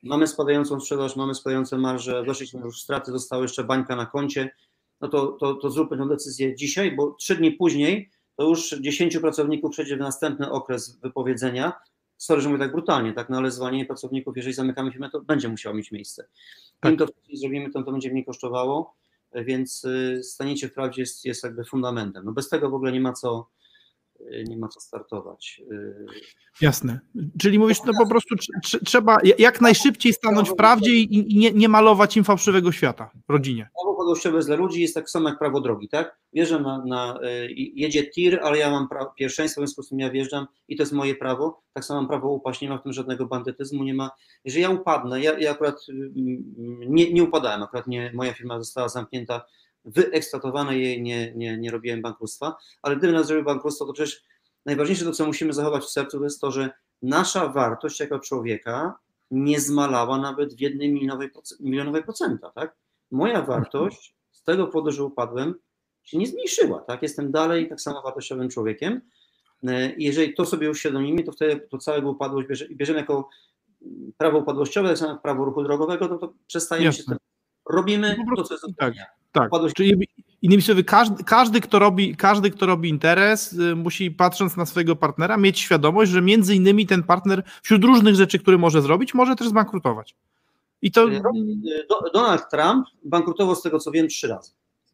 mamy spadającą sprzedaż, mamy spadające marże, doszliśmy już straty, została jeszcze bańka na koncie, no to, to, to zróbmy tę decyzję dzisiaj, bo trzy dni później to już dziesięciu pracowników przejdzie w następny okres wypowiedzenia. Sorry, że mówię tak brutalnie, tak, no ale zwalnianie pracowników, jeżeli zamykamy firmę, to będzie musiało mieć miejsce. Tak. Im to wcześniej zrobimy, to, to będzie mniej kosztowało, więc staniecie w prawdzie jest, jest jakby fundamentem. No bez tego w ogóle nie ma co, nie ma co startować. Jasne. Czyli mówisz, no po prostu tr- trzeba jak najszybciej stanąć w prawdzie i, i nie, nie malować im fałszywego świata rodzinie. Prawo upadłościowe jest dla ludzi jest tak samo jak prawo drogi, tak? Wjeżdżam na, na jedzie tir, ale ja mam pra- pierwszeństwo, w związku z tym ja wjeżdżam i to jest moje prawo. Tak samo mam prawo upaść, nie ma w tym żadnego bandytyzmu, nie ma. Jeżeli ja upadnę, ja, ja akurat nie, nie upadałem, akurat nie, moja firma została zamknięta, wyeksploatowane jej, nie, nie, nie robiłem bankructwa, ale gdybym nas zrobił bankructwo, to przecież najważniejsze to, co musimy zachować w sercu, to jest to, że nasza wartość jako człowieka nie zmalała nawet w jednej milionowej, milionowej procenta, tak? Moja wartość z tego powodu, że upadłem, się nie zmniejszyła, tak? Jestem dalej tak samo wartościowym człowiekiem. Jeżeli to sobie uświadomimy, to wtedy to całego upadłość bierze, bierzemy jako prawo upadłościowe, tak samo jak prawo ruchu drogowego, to, to przestajemy się z tym. Robimy to, co jest odpowiednie. Tak, tak. Czyli innymi słowy, każdy, każdy, kto robi, każdy, kto robi interes, y, musi, patrząc na swojego partnera, mieć świadomość, że między innymi ten partner wśród różnych rzeczy, które może zrobić, może też zbankrutować. I to... Donald Trump bankrutował, z tego co wiem, trzy razy.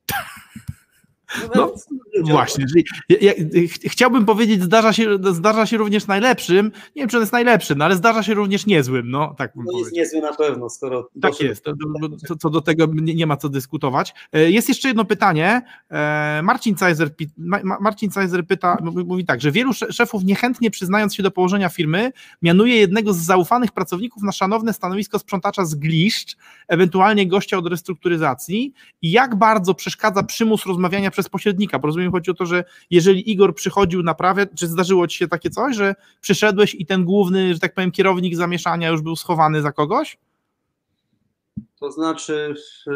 No, właśnie, czyli ja, ja, chciałbym powiedzieć, zdarza się, zdarza się również najlepszym, nie wiem, czy on jest najlepszy, no ale zdarza się również niezłym, no tak bym no powiedział. Jest niezły na pewno, skoro... Tak jest, to, to, co do tego nie, nie ma co dyskutować. Jest jeszcze jedno pytanie, Marcin Cajzer, Marcin Cajzer pyta, mówi tak, że wielu szefów niechętnie przyznając się do położenia firmy, mianuje jednego z zaufanych pracowników na szanowne stanowisko sprzątacza z gliszcz, ewentualnie gościa od restrukturyzacji i jak bardzo przeszkadza przymus rozmawiania przez pośrednika, bo rozumiem, chodzi o to, że jeżeli Igor przychodził na prawie, czy zdarzyło ci się takie coś, że przyszedłeś i ten główny, że tak powiem, kierownik zamieszania już był schowany za kogoś? To znaczy,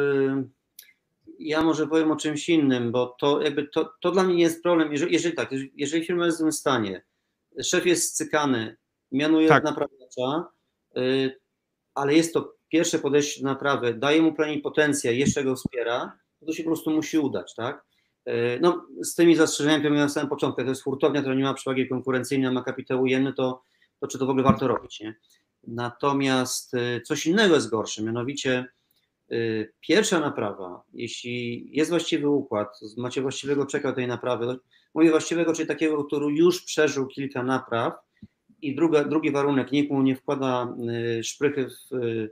ja może powiem o czymś innym, bo to jakby to, to dla mnie nie jest problem, jeżeli, jeżeli tak, jeżeli firma jest w złym stanie, szef jest scykany, mianuje tak. naprawiacza, ale jest to pierwsze podejście do naprawy, daje mu plenipotencja i jeszcze go wspiera, to się po prostu musi udać, tak? No, z tymi zastrzeżeniami, które miałem na samym początku, to jest hurtownia, która nie ma przewagi konkurencyjnej, ma kapitał ujemny, to, to czy to w ogóle warto robić, nie? Natomiast coś innego jest gorsze, mianowicie pierwsza naprawa, jeśli jest właściwy układ, macie właściwego czeka tej naprawy, mówię właściwego, czyli takiego, który już przeżył kilka napraw i druga, drugi warunek, nikt mu nie wkłada szprychy w,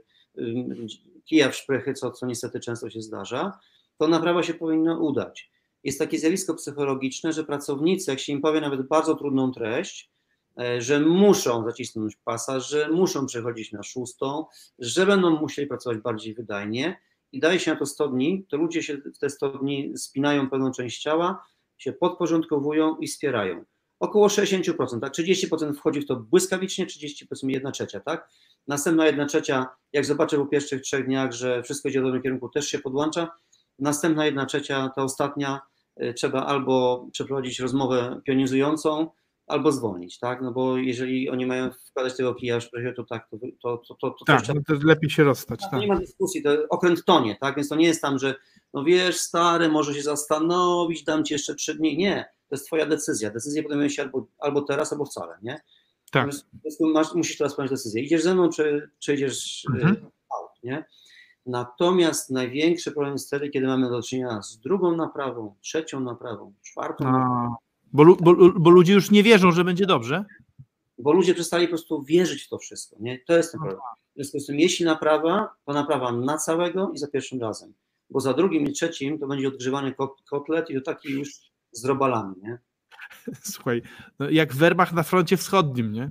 kija w szprychy, co, co niestety często się zdarza, to naprawa się powinna udać. Jest takie zjawisko psychologiczne, że pracownicy, jak się im powie nawet bardzo trudną treść, że muszą zacisnąć pasa, że muszą przechodzić na szóstą, że będą musieli pracować bardziej wydajnie i daje się na to sto dni, to ludzie się w te sto dni spinają pewną część ciała, się podporządkowują i wspierają. Około sześćdziesiąt procent, tak? trzydzieści procent wchodzi w to błyskawicznie, trzydzieści procent, powiedzmy jedna trzecia, tak? Następna jedna trzecia, jak zobaczę po pierwszych trzech dniach, że wszystko idzie w dobrym kierunku, też się podłącza. Następna jedna trzecia, ta ostatnia, trzeba albo przeprowadzić rozmowę pionizującą, albo zwolnić, tak? No bo jeżeli oni mają wkładać tego kija w szprychy, to tak, to, to, to, to, to tak, trzeba... no to lepiej się rozstać. To tak. Nie ma dyskusji, to okręt tonie, tak? Więc to nie jest tam, że no wiesz, stary, może się zastanowić, dam ci jeszcze trzy dni. Nie, to jest twoja decyzja. Decyzję podejmuje się albo, albo teraz, albo wcale, nie? Tak. Masz, musisz teraz podjąć decyzję. Idziesz ze mną, czy, czy idziesz mhm. out, nie? Natomiast największy problem jest wtedy, kiedy mamy do czynienia z drugą naprawą, trzecią naprawą, czwartą A, naprawą. Bo, bo, bo ludzie już nie wierzą, że będzie dobrze? Bo ludzie przestali po prostu wierzyć w to wszystko, nie? To jest ten problem. W związku z tym, jeśli naprawa, to naprawa na całego i za pierwszym razem. Bo za drugim i trzecim to będzie odgrzewany kotlet i to taki już z robalami, nie? Słuchaj, no jak w werbach na froncie wschodnim, nie?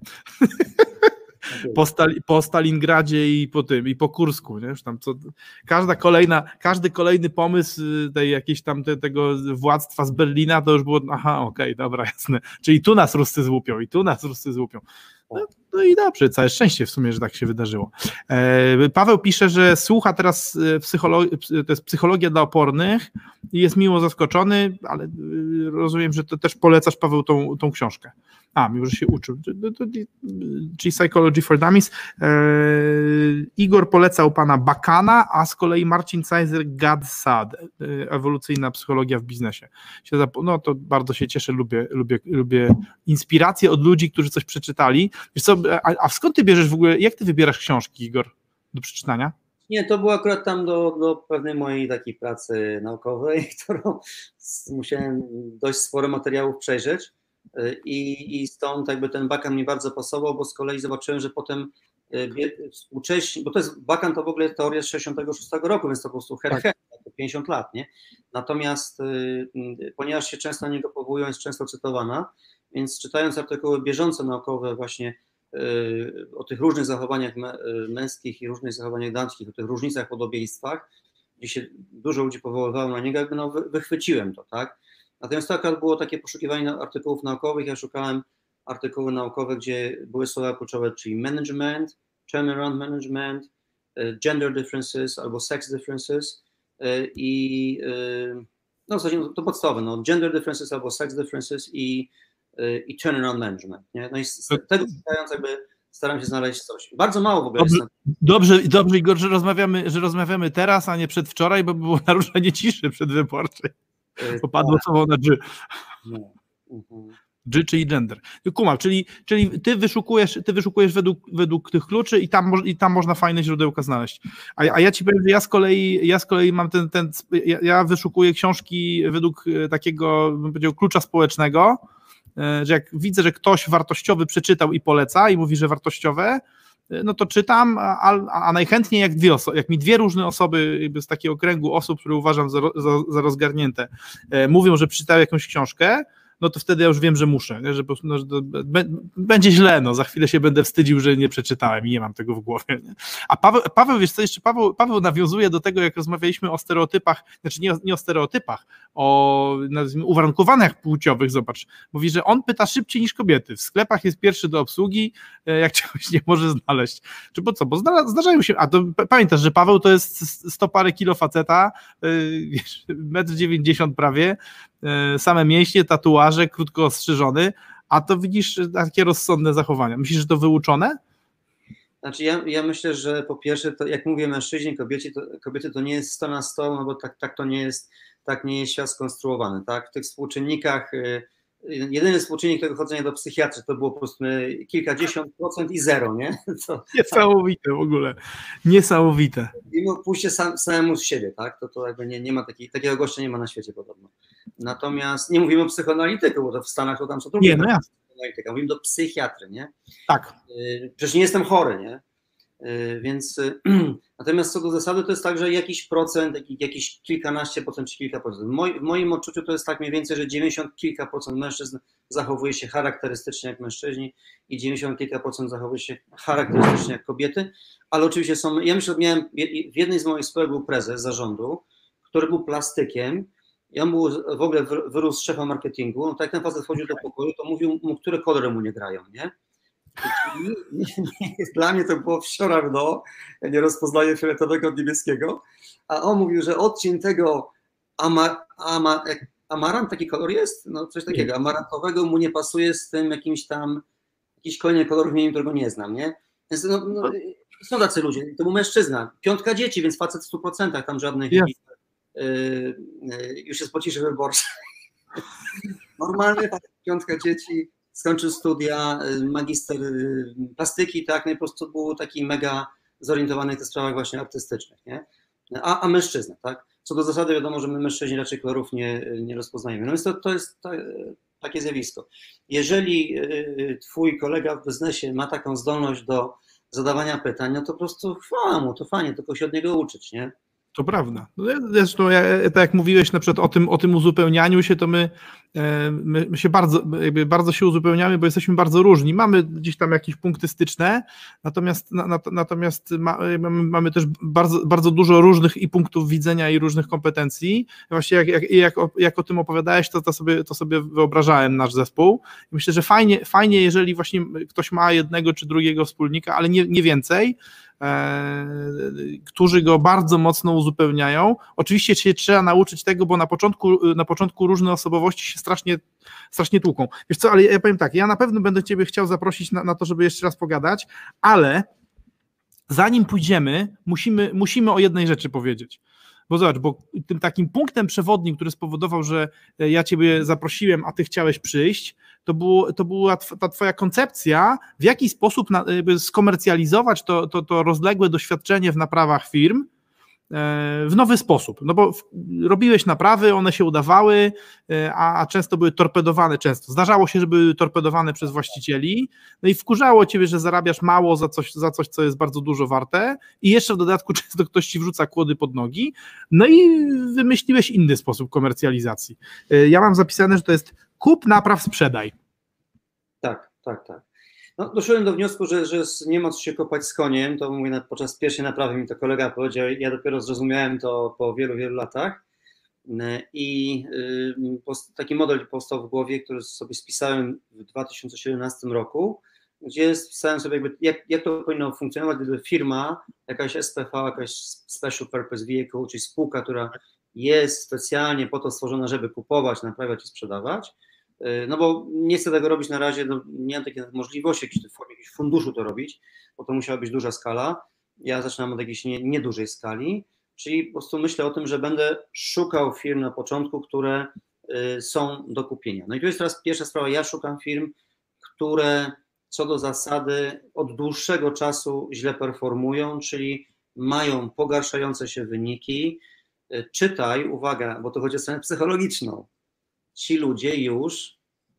Po, Stali, po Stalingradzie i po tym, i po Kursku, nie? Już tam co, każda kolejna, każdy kolejny pomysł tej jakiejś tam te, tego władztwa z Berlina to już było, aha, okej, okay, dobra, jasne. Czyli tu nas Ruscy złupią i tu nas Ruscy złupią. No, No i dobrze, całe szczęście w sumie, że tak się wydarzyło. E, Paweł pisze, że słucha teraz psycholo- to jest psychologia dla opornych i jest miło zaskoczony, ale rozumiem, że to też polecasz, Paweł, tą, tą książkę. A, mimo że się uczył. Czyli Psychology for Dummies. E, Igor polecał pana Bakana, a z kolei Marcin Cajzer Gadsad, ewolucyjna psychologia w biznesie. No to bardzo się cieszę, lubię, lubię, lubię inspiracje od ludzi, którzy coś przeczytali. Wiesz co, a, a skąd ty bierzesz w ogóle, jak ty wybierasz książki, Igor, do przeczytania? Nie, to było akurat tam do, do pewnej mojej takiej pracy naukowej, którą musiałem dość sporo materiałów przejrzeć i, i stąd jakby ten Bakan mi bardzo pasował, bo z kolei zobaczyłem, że potem współcześnie, bo to jest Bakan to w ogóle teoria z sześćdziesiątego szóstego roku, więc to po prostu her, her, pięćdziesiąt lat, nie? Natomiast ponieważ się często na niego powołują, jest często cytowana, więc czytając artykuły bieżące naukowe właśnie o tych różnych zachowaniach męskich i różnych zachowaniach damskich, o tych różnicach, podobieństwach, gdzie się dużo ludzi powoływało na niego, jakby no wychwyciłem to, tak? Natomiast to akurat było takie poszukiwanie artykułów naukowych, ja szukałem artykuły naukowe, gdzie były słowa kluczowe, czyli management, turnaround management, gender differences albo sex differences i no w zasadzie to podstawowe, no gender differences albo sex differences i i turnaround management, nie? No i z tego czytając jakby staram się znaleźć coś. Bardzo mało w ogóle dobrze, jest. Na... Dobrze, dobrze, Igor, że rozmawiamy, że rozmawiamy teraz, a nie przedwczoraj, bo było naruszenie ciszy przedwyborczej. Popadło słowo na G. No. Mhm. G, czyli gender. Kumam, czyli, czyli ty wyszukujesz, ty wyszukujesz według, według tych kluczy i tam, i tam można fajne źródełka znaleźć. A, a ja ci powiem, że ja z kolei, ja z kolei mam ten, ten ja, ja wyszukuję książki według takiego, bym powiedział, klucza społecznego, że jak widzę, że ktoś wartościowy przeczytał i poleca i mówi, że wartościowe, no to czytam, a, a najchętniej jak dwie osoby, jak mi dwie różne osoby jakby z takiego kręgu osób, które uważam za, za, za rozgarnięte, mówią, że przeczytały jakąś książkę, no to wtedy ja już wiem, że muszę, nie? Że, po prostu, no, że to b- będzie źle, no za chwilę się będę wstydził, że nie przeczytałem i nie mam tego w głowie. Nie? A Paweł, Paweł, wiesz co, jeszcze Paweł, Paweł nawiązuje do tego, jak rozmawialiśmy o stereotypach, znaczy nie o, nie o stereotypach, o nazwijmy, uwarunkowaniach płciowych, zobacz, mówi, że on pyta szybciej niż kobiety, w sklepach jest pierwszy do obsługi, jak czegoś nie może znaleźć. Czy po co, bo zda, zdarzają się, a to pamiętasz, że Paweł to jest sto parę kilo faceta, wiesz, metr dziewięćdziesiąt prawie, same mięśnie, tatuaże, krótko ostrzyżony, a to widzisz takie rozsądne zachowania. Myślisz, że to wyuczone? Znaczy ja, ja myślę, że po pierwsze, to jak mówię mężczyźni, kobiecie, to, kobiety to nie jest sto na sto, no bo tak, tak to nie jest, tak nie jest świat skonstruowany, tak? W tych współczynnikach, y, jedyny współczynnik tego chodzenia do psychiatry to było po prostu kilkadziesiąt procent i zero, nie? To, Niesamowite w ogóle, niesamowite. I pójście sam, samemu z siebie, tak? To, to jakby nie, nie ma taki, takiego gościa nie ma na świecie podobno. Natomiast nie mówimy o psychoanalityku, bo to w Stanach to tam są drugie. Nie, no jasne. Mówimy do psychiatry, nie? Tak. Przecież nie jestem chory, nie? Więc natomiast co do zasady to jest tak, że jakiś procent, jakiś kilkanaście procent czy kilka procent. W moim, w moim odczuciu to jest tak mniej więcej, że dziewięćdziesiąt kilka procent mężczyzn zachowuje się charakterystycznie jak mężczyźni i dziewięćdziesiąt kilka procent zachowuje się charakterystycznie jak kobiety, ale oczywiście są, ja myślę, że miałem, w jednej z moich spółek był prezes zarządu, który był plastykiem i on był w ogóle wyrósł z szefa marketingu, no tak jak ten facet wchodził do pokoju, to mówił mu, które kolory mu nie grają, nie? Nie, nie, nie, dla mnie to było wsiorarno, ja nie rozpoznaję fioletowego od niebieskiego, a on mówił, że odcień tego ama, ama, amarant, taki kolor jest, no coś takiego, amarantowego mu nie pasuje z tym jakimś tam, jakiś kolejny kolor w imieniu, którego nie znam, nie? Więc no, no, są tacy ludzie, to był mężczyzna, piątka dzieci, więc facet w stu procentach, tam żadnych, yes. yy, yy, już jest po ciszy wyborczej. Normalny facet, piątka dzieci, skończył studia, magister plastyki, tak, no i po prostu był taki mega zorientowany w tych sprawach właśnie artystycznych, nie? A, a mężczyzna, tak? Co do zasady wiadomo, że my mężczyźni raczej kolorów nie, nie rozpoznajemy. No więc to, to jest ta, takie zjawisko. Jeżeli twój kolega w biznesie ma taką zdolność do zadawania pytań, no to po prostu chwała mu, to fajnie, tylko się od niego uczyć, nie? To prawda. Zresztą, tak jak mówiłeś na przykład o tym, o tym uzupełnianiu się, to my, my, my się bardzo, jakby bardzo się uzupełniamy, bo jesteśmy bardzo różni. Mamy gdzieś tam jakieś punkty styczne, natomiast, na, natomiast ma, mamy, mamy też bardzo, bardzo dużo różnych i punktów widzenia i różnych kompetencji. Właśnie jak, jak, jak, o, jak o tym opowiadałeś, to, to, sobie, to sobie wyobrażałem nasz zespół. I myślę, że fajnie, fajnie, jeżeli właśnie ktoś ma jednego czy drugiego wspólnika, ale nie, nie więcej, którzy go bardzo mocno uzupełniają. Oczywiście się trzeba nauczyć tego, bo na początku, na początku różne osobowości się strasznie, strasznie tłuką. Wiesz co, ale ja powiem tak, ja na pewno będę Ciebie chciał zaprosić na, na to, żeby jeszcze raz pogadać, ale zanim pójdziemy, musimy, musimy o jednej rzeczy powiedzieć. Bo zobacz, bo tym takim punktem przewodnim, który spowodował, że ja Ciebie zaprosiłem, a Ty chciałeś przyjść, to, było, to była ta Twoja koncepcja, w jaki sposób na, skomercjalizować to, to, to rozległe doświadczenie w naprawach firm w nowy sposób. No bo robiłeś naprawy, one się udawały, a, a często były torpedowane, często. Zdarzało się, że były torpedowane przez właścicieli, no i wkurzało Ciebie, że zarabiasz mało za coś, za coś, co jest bardzo dużo warte i jeszcze w dodatku często ktoś Ci wrzuca kłody pod nogi, no i wymyśliłeś inny sposób komercjalizacji. Ja mam zapisane, że to jest kup, napraw, sprzedaj. Tak, tak, tak. No, doszedłem do wniosku, że, że nie ma co się kopać z koniem, to mówię, podczas pierwszej naprawy mi to kolega powiedział, ja dopiero zrozumiałem to po wielu, wielu latach i taki model powstał w głowie, który sobie spisałem w dwa tysiące siedemnastym roku, gdzie spisałem sobie jakby, jak, jak to powinno funkcjonować, gdyby firma, jakaś S P V, jakaś Special Purpose Vehicle, czyli spółka, która jest specjalnie po to stworzona, żeby kupować, naprawiać i sprzedawać. No bo nie chcę tego robić na razie, no nie mam takiej możliwości w formie jakiegoś funduszu to robić, bo to musiała być duża skala. Ja zaczynam od jakiejś nie, niedużej skali, czyli po prostu myślę o tym, że będę szukał firm na początku, które y, są do kupienia. No i tu jest teraz pierwsza sprawa, ja szukam firm, które co do zasady od dłuższego czasu źle performują, czyli mają pogarszające się wyniki. Y, czytaj, uwaga, bo to chodzi o stronę psychologiczną. Ci ludzie już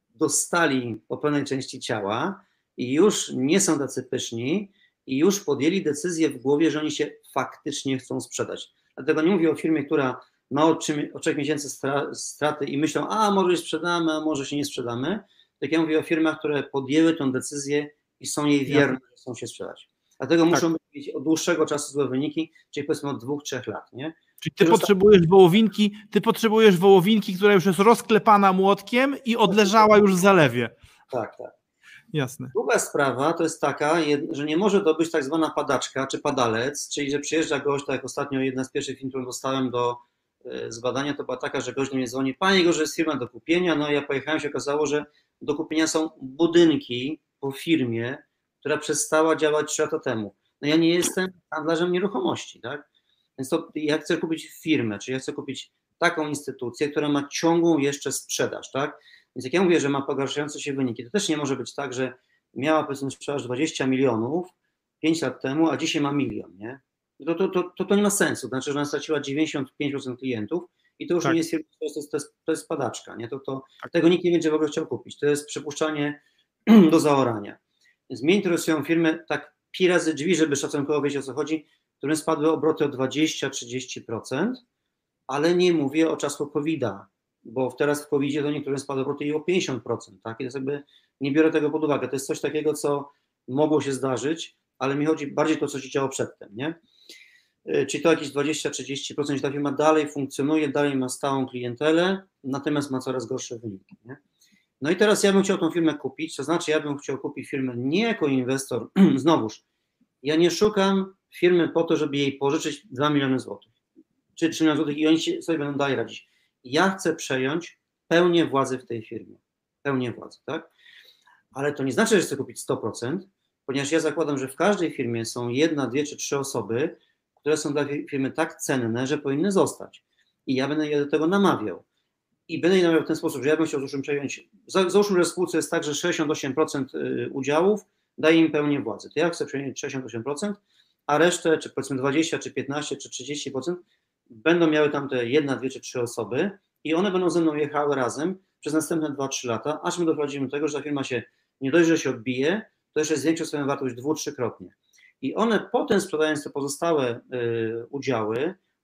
dostali po pewnej części ciała i już nie są tacy pyszni i już podjęli decyzję w głowie, że oni się faktycznie chcą sprzedać. Dlatego nie mówię o firmie, która ma od trzech miesięcy straty i myślą, a może się sprzedamy, a może się nie sprzedamy. Tak ja mówię o firmach, które podjęły tę decyzję i są jej wierne, że chcą się sprzedać. Dlatego tak. Muszą mieć od dłuższego czasu złe wyniki, czyli powiedzmy od dwóch, trzech lat, nie? Czyli ty potrzebujesz wołowinki, ty potrzebujesz wołowinki, która już jest rozklepana młotkiem i odleżała już w zalewie. Tak, tak. Jasne. Druga sprawa to jest taka, że nie może to być tak zwana padaczka czy padalec, czyli że przyjeżdża gość, tak jak ostatnio jedna z pierwszych firm, którą dostałem do zbadania, to była taka, że gość do mnie dzwoni, panie Igorze, jest firma do kupienia, no ja pojechałem, się okazało, że do kupienia są budynki po firmie, która przestała działać trzy lata temu. No ja nie jestem handlarzem nieruchomości, tak? Więc to ja chcę kupić firmę, czyli ja chcę kupić taką instytucję, która ma ciągłą jeszcze sprzedaż, tak? Więc jak ja mówię, że ma pogarszające się wyniki, to też nie może być tak, że miała powiedzmy sprzedaż dwadzieścia milionów pięć lat temu, a dzisiaj ma milion, nie? To, to, to, to, to nie ma sensu, znaczy, że ona straciła dziewięćdziesiąt pięć procent klientów i to już tak. nie jest firma, to jest, to jest, to jest padaczka, nie? To, to, tak. Tego nikt nie będzie w ogóle chciał kupić, to jest przypuszczanie do zaorania. Więc mnie interesują firmy tak pi razy drzwi, żeby szacunkowo wiedzieć, o co chodzi, które spadły obroty o dwadzieścia do trzydziestu procent, ale nie mówię o czasu kowida, bo teraz w kowidzie to niektórym spadły obroty i o pięćdziesiąt procent, tak? I to jest jakby, nie biorę tego pod uwagę, to jest coś takiego, co mogło się zdarzyć, ale mi chodzi bardziej o to, co się działo przedtem, nie? Czyli to jakieś dwadzieścia do trzydziestu procent, że ta firma dalej funkcjonuje, dalej ma stałą klientelę, natomiast ma coraz gorsze wyniki, nie? No i teraz ja bym chciał tą firmę kupić, to znaczy ja bym chciał kupić firmę nie jako inwestor, znowuż, ja nie szukam firmy po to, żeby jej pożyczyć dwa miliony złotych, czy trzy miliony złotych i oni sobie będą dalej radzić. Ja chcę przejąć pełnię władzy w tej firmie, pełnię władzy, tak? Ale to nie znaczy, że chcę kupić sto procent, ponieważ ja zakładam, że w każdej firmie są jedna, dwie czy trzy osoby, które są dla firmy tak cenne, że powinny zostać. I ja będę je do tego namawiał. I będę je namawiał w ten sposób, że ja bym chciał załóżmy przejąć, załóżmy, że w spółce jest tak, że sześćdziesiąt osiem procent udziałów daje im pełnię władzy. To ja chcę przejąć sześćdziesiąt osiem procent, a resztę, czy powiedzmy dwadzieścia, czy piętnaście, czy trzydzieści procent będą miały tam te jedna, dwie czy trzy osoby i one będą ze mną jechały razem przez następne dwa, trzy lata, aż my doprowadzimy do tego, że ta firma się nie dość, że się odbije, to jeszcze zwiększy swoją wartość dwu, trzykrotnie. I one potem sprzedając te pozostałe y, udziały,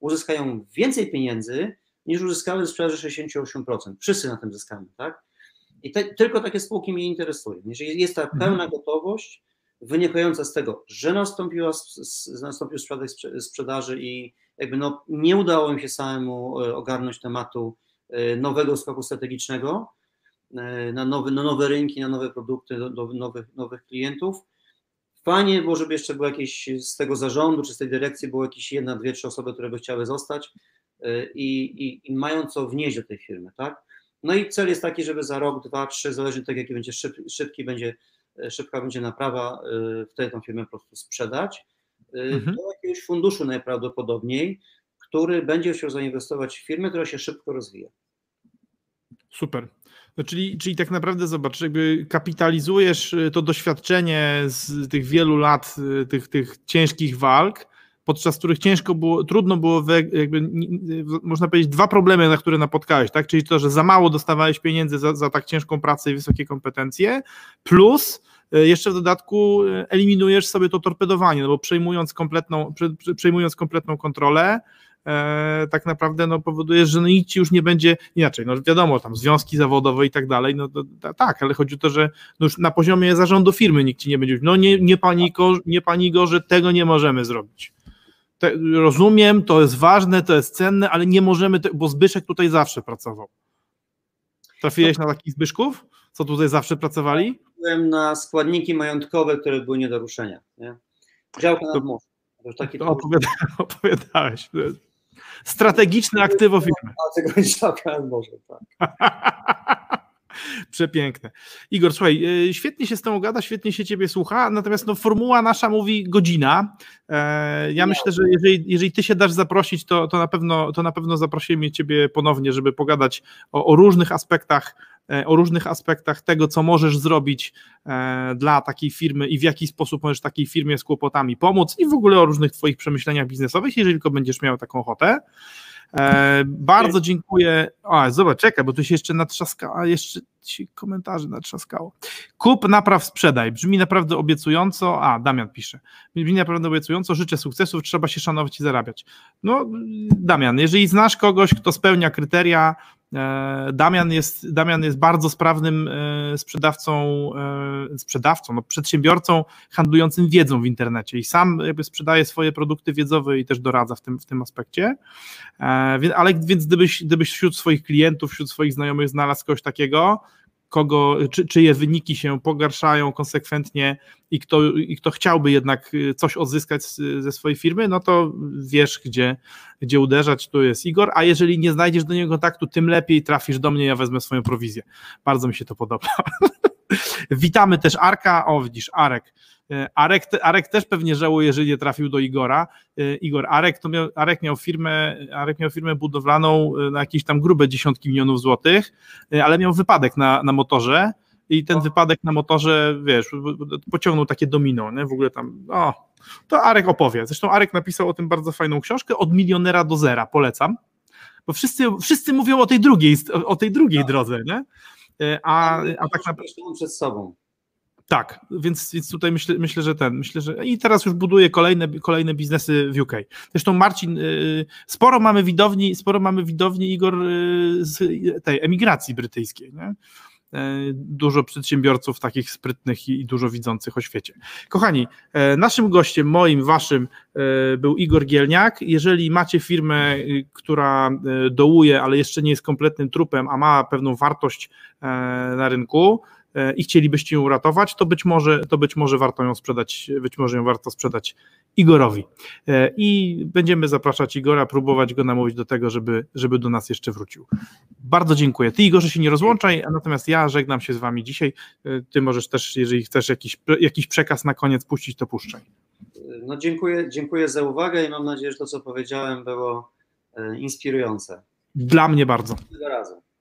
uzyskają więcej pieniędzy niż uzyskały w sprzedaży sześćdziesiąt osiem procent. Wszyscy na tym zyskamy, tak? I te, tylko takie spółki mnie interesują. Jeżeli jest ta pełna gotowość wynikająca z tego, że nastąpiła, nastąpił spadek sprzedaży i jakby no, nie udało im się samemu ogarnąć tematu nowego skoku strategicznego na nowe, na nowe rynki, na nowe produkty, do, do nowych, nowych klientów. Fajnie było, żeby jeszcze było jakieś z tego zarządu, czy z tej dyrekcji było jakieś jedna, dwie, trzy osoby, które by chciały zostać i, i, i mają co wnieść do tej firmy, tak? No i cel jest taki, żeby za rok, dwa, trzy, zależnie od tego, jaki będzie szyb, szybki będzie, szybka będzie naprawa, wtedy tą firmę po prostu sprzedać mhm. do jakiegoś funduszu najprawdopodobniej, który będzie chciał zainwestować w firmę, która się szybko rozwija. Super. No czyli, czyli tak naprawdę zobacz, jakby kapitalizujesz to doświadczenie z tych wielu lat, tych, tych ciężkich walk, podczas których ciężko było, trudno było, jakby, można powiedzieć, dwa problemy, na które napotkałeś, tak? Czyli to, że za mało dostawałeś pieniędzy za, za tak ciężką pracę i wysokie kompetencje, plus jeszcze w dodatku eliminujesz sobie to torpedowanie, no bo przejmując kompletną, przejmując kompletną kontrolę, E, tak naprawdę no, powodujesz, że no, nikt ci już nie będzie inaczej, no wiadomo, tam związki zawodowe i tak dalej, no to, to, tak, ale chodzi o to, że no, już na poziomie zarządu firmy nikt ci nie będzie, no nie, nie paniko, nie paniko, że tego nie możemy zrobić. Te, rozumiem, to jest ważne, to jest cenne, ale nie możemy, te, bo Zbyszek tutaj zawsze pracował. Trafiłeś na takich Zbyszków, co tutaj zawsze pracowali? Byłem na składniki majątkowe, które były nie do ruszenia. Nie? Działka nad morzem. To, taki to opowiada, opowiadałeś. Strategiczne aktywo firmy. A tego działka nad morzem, tak. Przepiękne. Igor, słuchaj, świetnie się z tą gada, świetnie się ciebie słucha, natomiast no, formuła nasza mówi godzina. Ja myślę, że jeżeli, jeżeli ty się dasz zaprosić, to, to, na pewno, to na pewno zaprosimy ciebie ponownie, żeby pogadać o, o różnych aspektach, o różnych aspektach tego, co możesz zrobić dla takiej firmy i w jaki sposób możesz takiej firmie z kłopotami pomóc i w ogóle o różnych twoich przemyśleniach biznesowych, jeżeli tylko będziesz miał taką ochotę. E, bardzo dziękuję. O, zobacz, czekaj, bo tu się jeszcze natrzaskało, a jeszcze ci komentarzy natrzaskało. Kup, napraw, sprzedaj. Brzmi naprawdę obiecująco. A, Damian pisze. Brzmi naprawdę obiecująco, życzę sukcesów, trzeba się szanować i zarabiać. No, Damian, jeżeli znasz kogoś, kto spełnia kryteria, Damian jest, Damian jest bardzo sprawnym sprzedawcą, sprzedawcą, no przedsiębiorcą handlującym wiedzą w internecie i sam jakby sprzedaje swoje produkty wiedzowe i też doradza w tym, w tym aspekcie, ale więc gdybyś, gdybyś wśród swoich klientów, wśród swoich znajomych znalazł kogoś takiego, kogo, czy, czyje wyniki się pogarszają konsekwentnie i kto, i kto chciałby jednak coś odzyskać z, ze swojej firmy, no to wiesz, gdzie, gdzie uderzać, tu jest Igor, a jeżeli nie znajdziesz do niego kontaktu, tym lepiej trafisz do mnie, ja wezmę swoją prowizję. Bardzo mi się to podoba. Witamy też Arka, o widzisz, Arek. Arek, Arek też pewnie żałuje, że nie trafił do Igora. Igor, Arek, to miał, Arek, miał firmę, Arek miał firmę budowlaną na jakieś tam grube dziesiątki milionów złotych, ale miał wypadek na, na motorze i ten wypadek na motorze, wiesz, pociągnął takie domino, nie? W ogóle tam, o, to Arek opowie. Zresztą Arek napisał o tym bardzo fajną książkę, Od milionera do zera, polecam, bo wszyscy, wszyscy mówią o tej drugiej, o tej drugiej drodze, nie? A, a tak naprawdę przed sobą. Tak, więc, więc tutaj myślę, myślę, że ten, myślę, że i teraz już buduje kolejne, kolejne biznesy w U K. Zresztą Marcin, sporo mamy widowni, sporo mamy widowni, Igor, z tej emigracji brytyjskiej, nie? Dużo przedsiębiorców takich sprytnych i dużo widzących o świecie. Kochani, naszym gościem, moim, waszym był Igor Gielniak. Jeżeli macie firmę, która dołuje, ale jeszcze nie jest kompletnym trupem, a ma pewną wartość na rynku i chcielibyście ją uratować, to być może, to być może warto ją sprzedać, być może ją warto sprzedać Igorowi. I będziemy zapraszać Igora, próbować go namówić do tego, żeby, żeby do nas jeszcze wrócił. Bardzo dziękuję. Ty, Igorze, się nie rozłączaj, a natomiast ja żegnam się z wami dzisiaj. Ty możesz też, jeżeli chcesz jakiś, jakiś przekaz na koniec puścić, to puszczaj. No dziękuję, dziękuję za uwagę i mam nadzieję, że to, co powiedziałem, było inspirujące. Dla mnie bardzo. Do razu.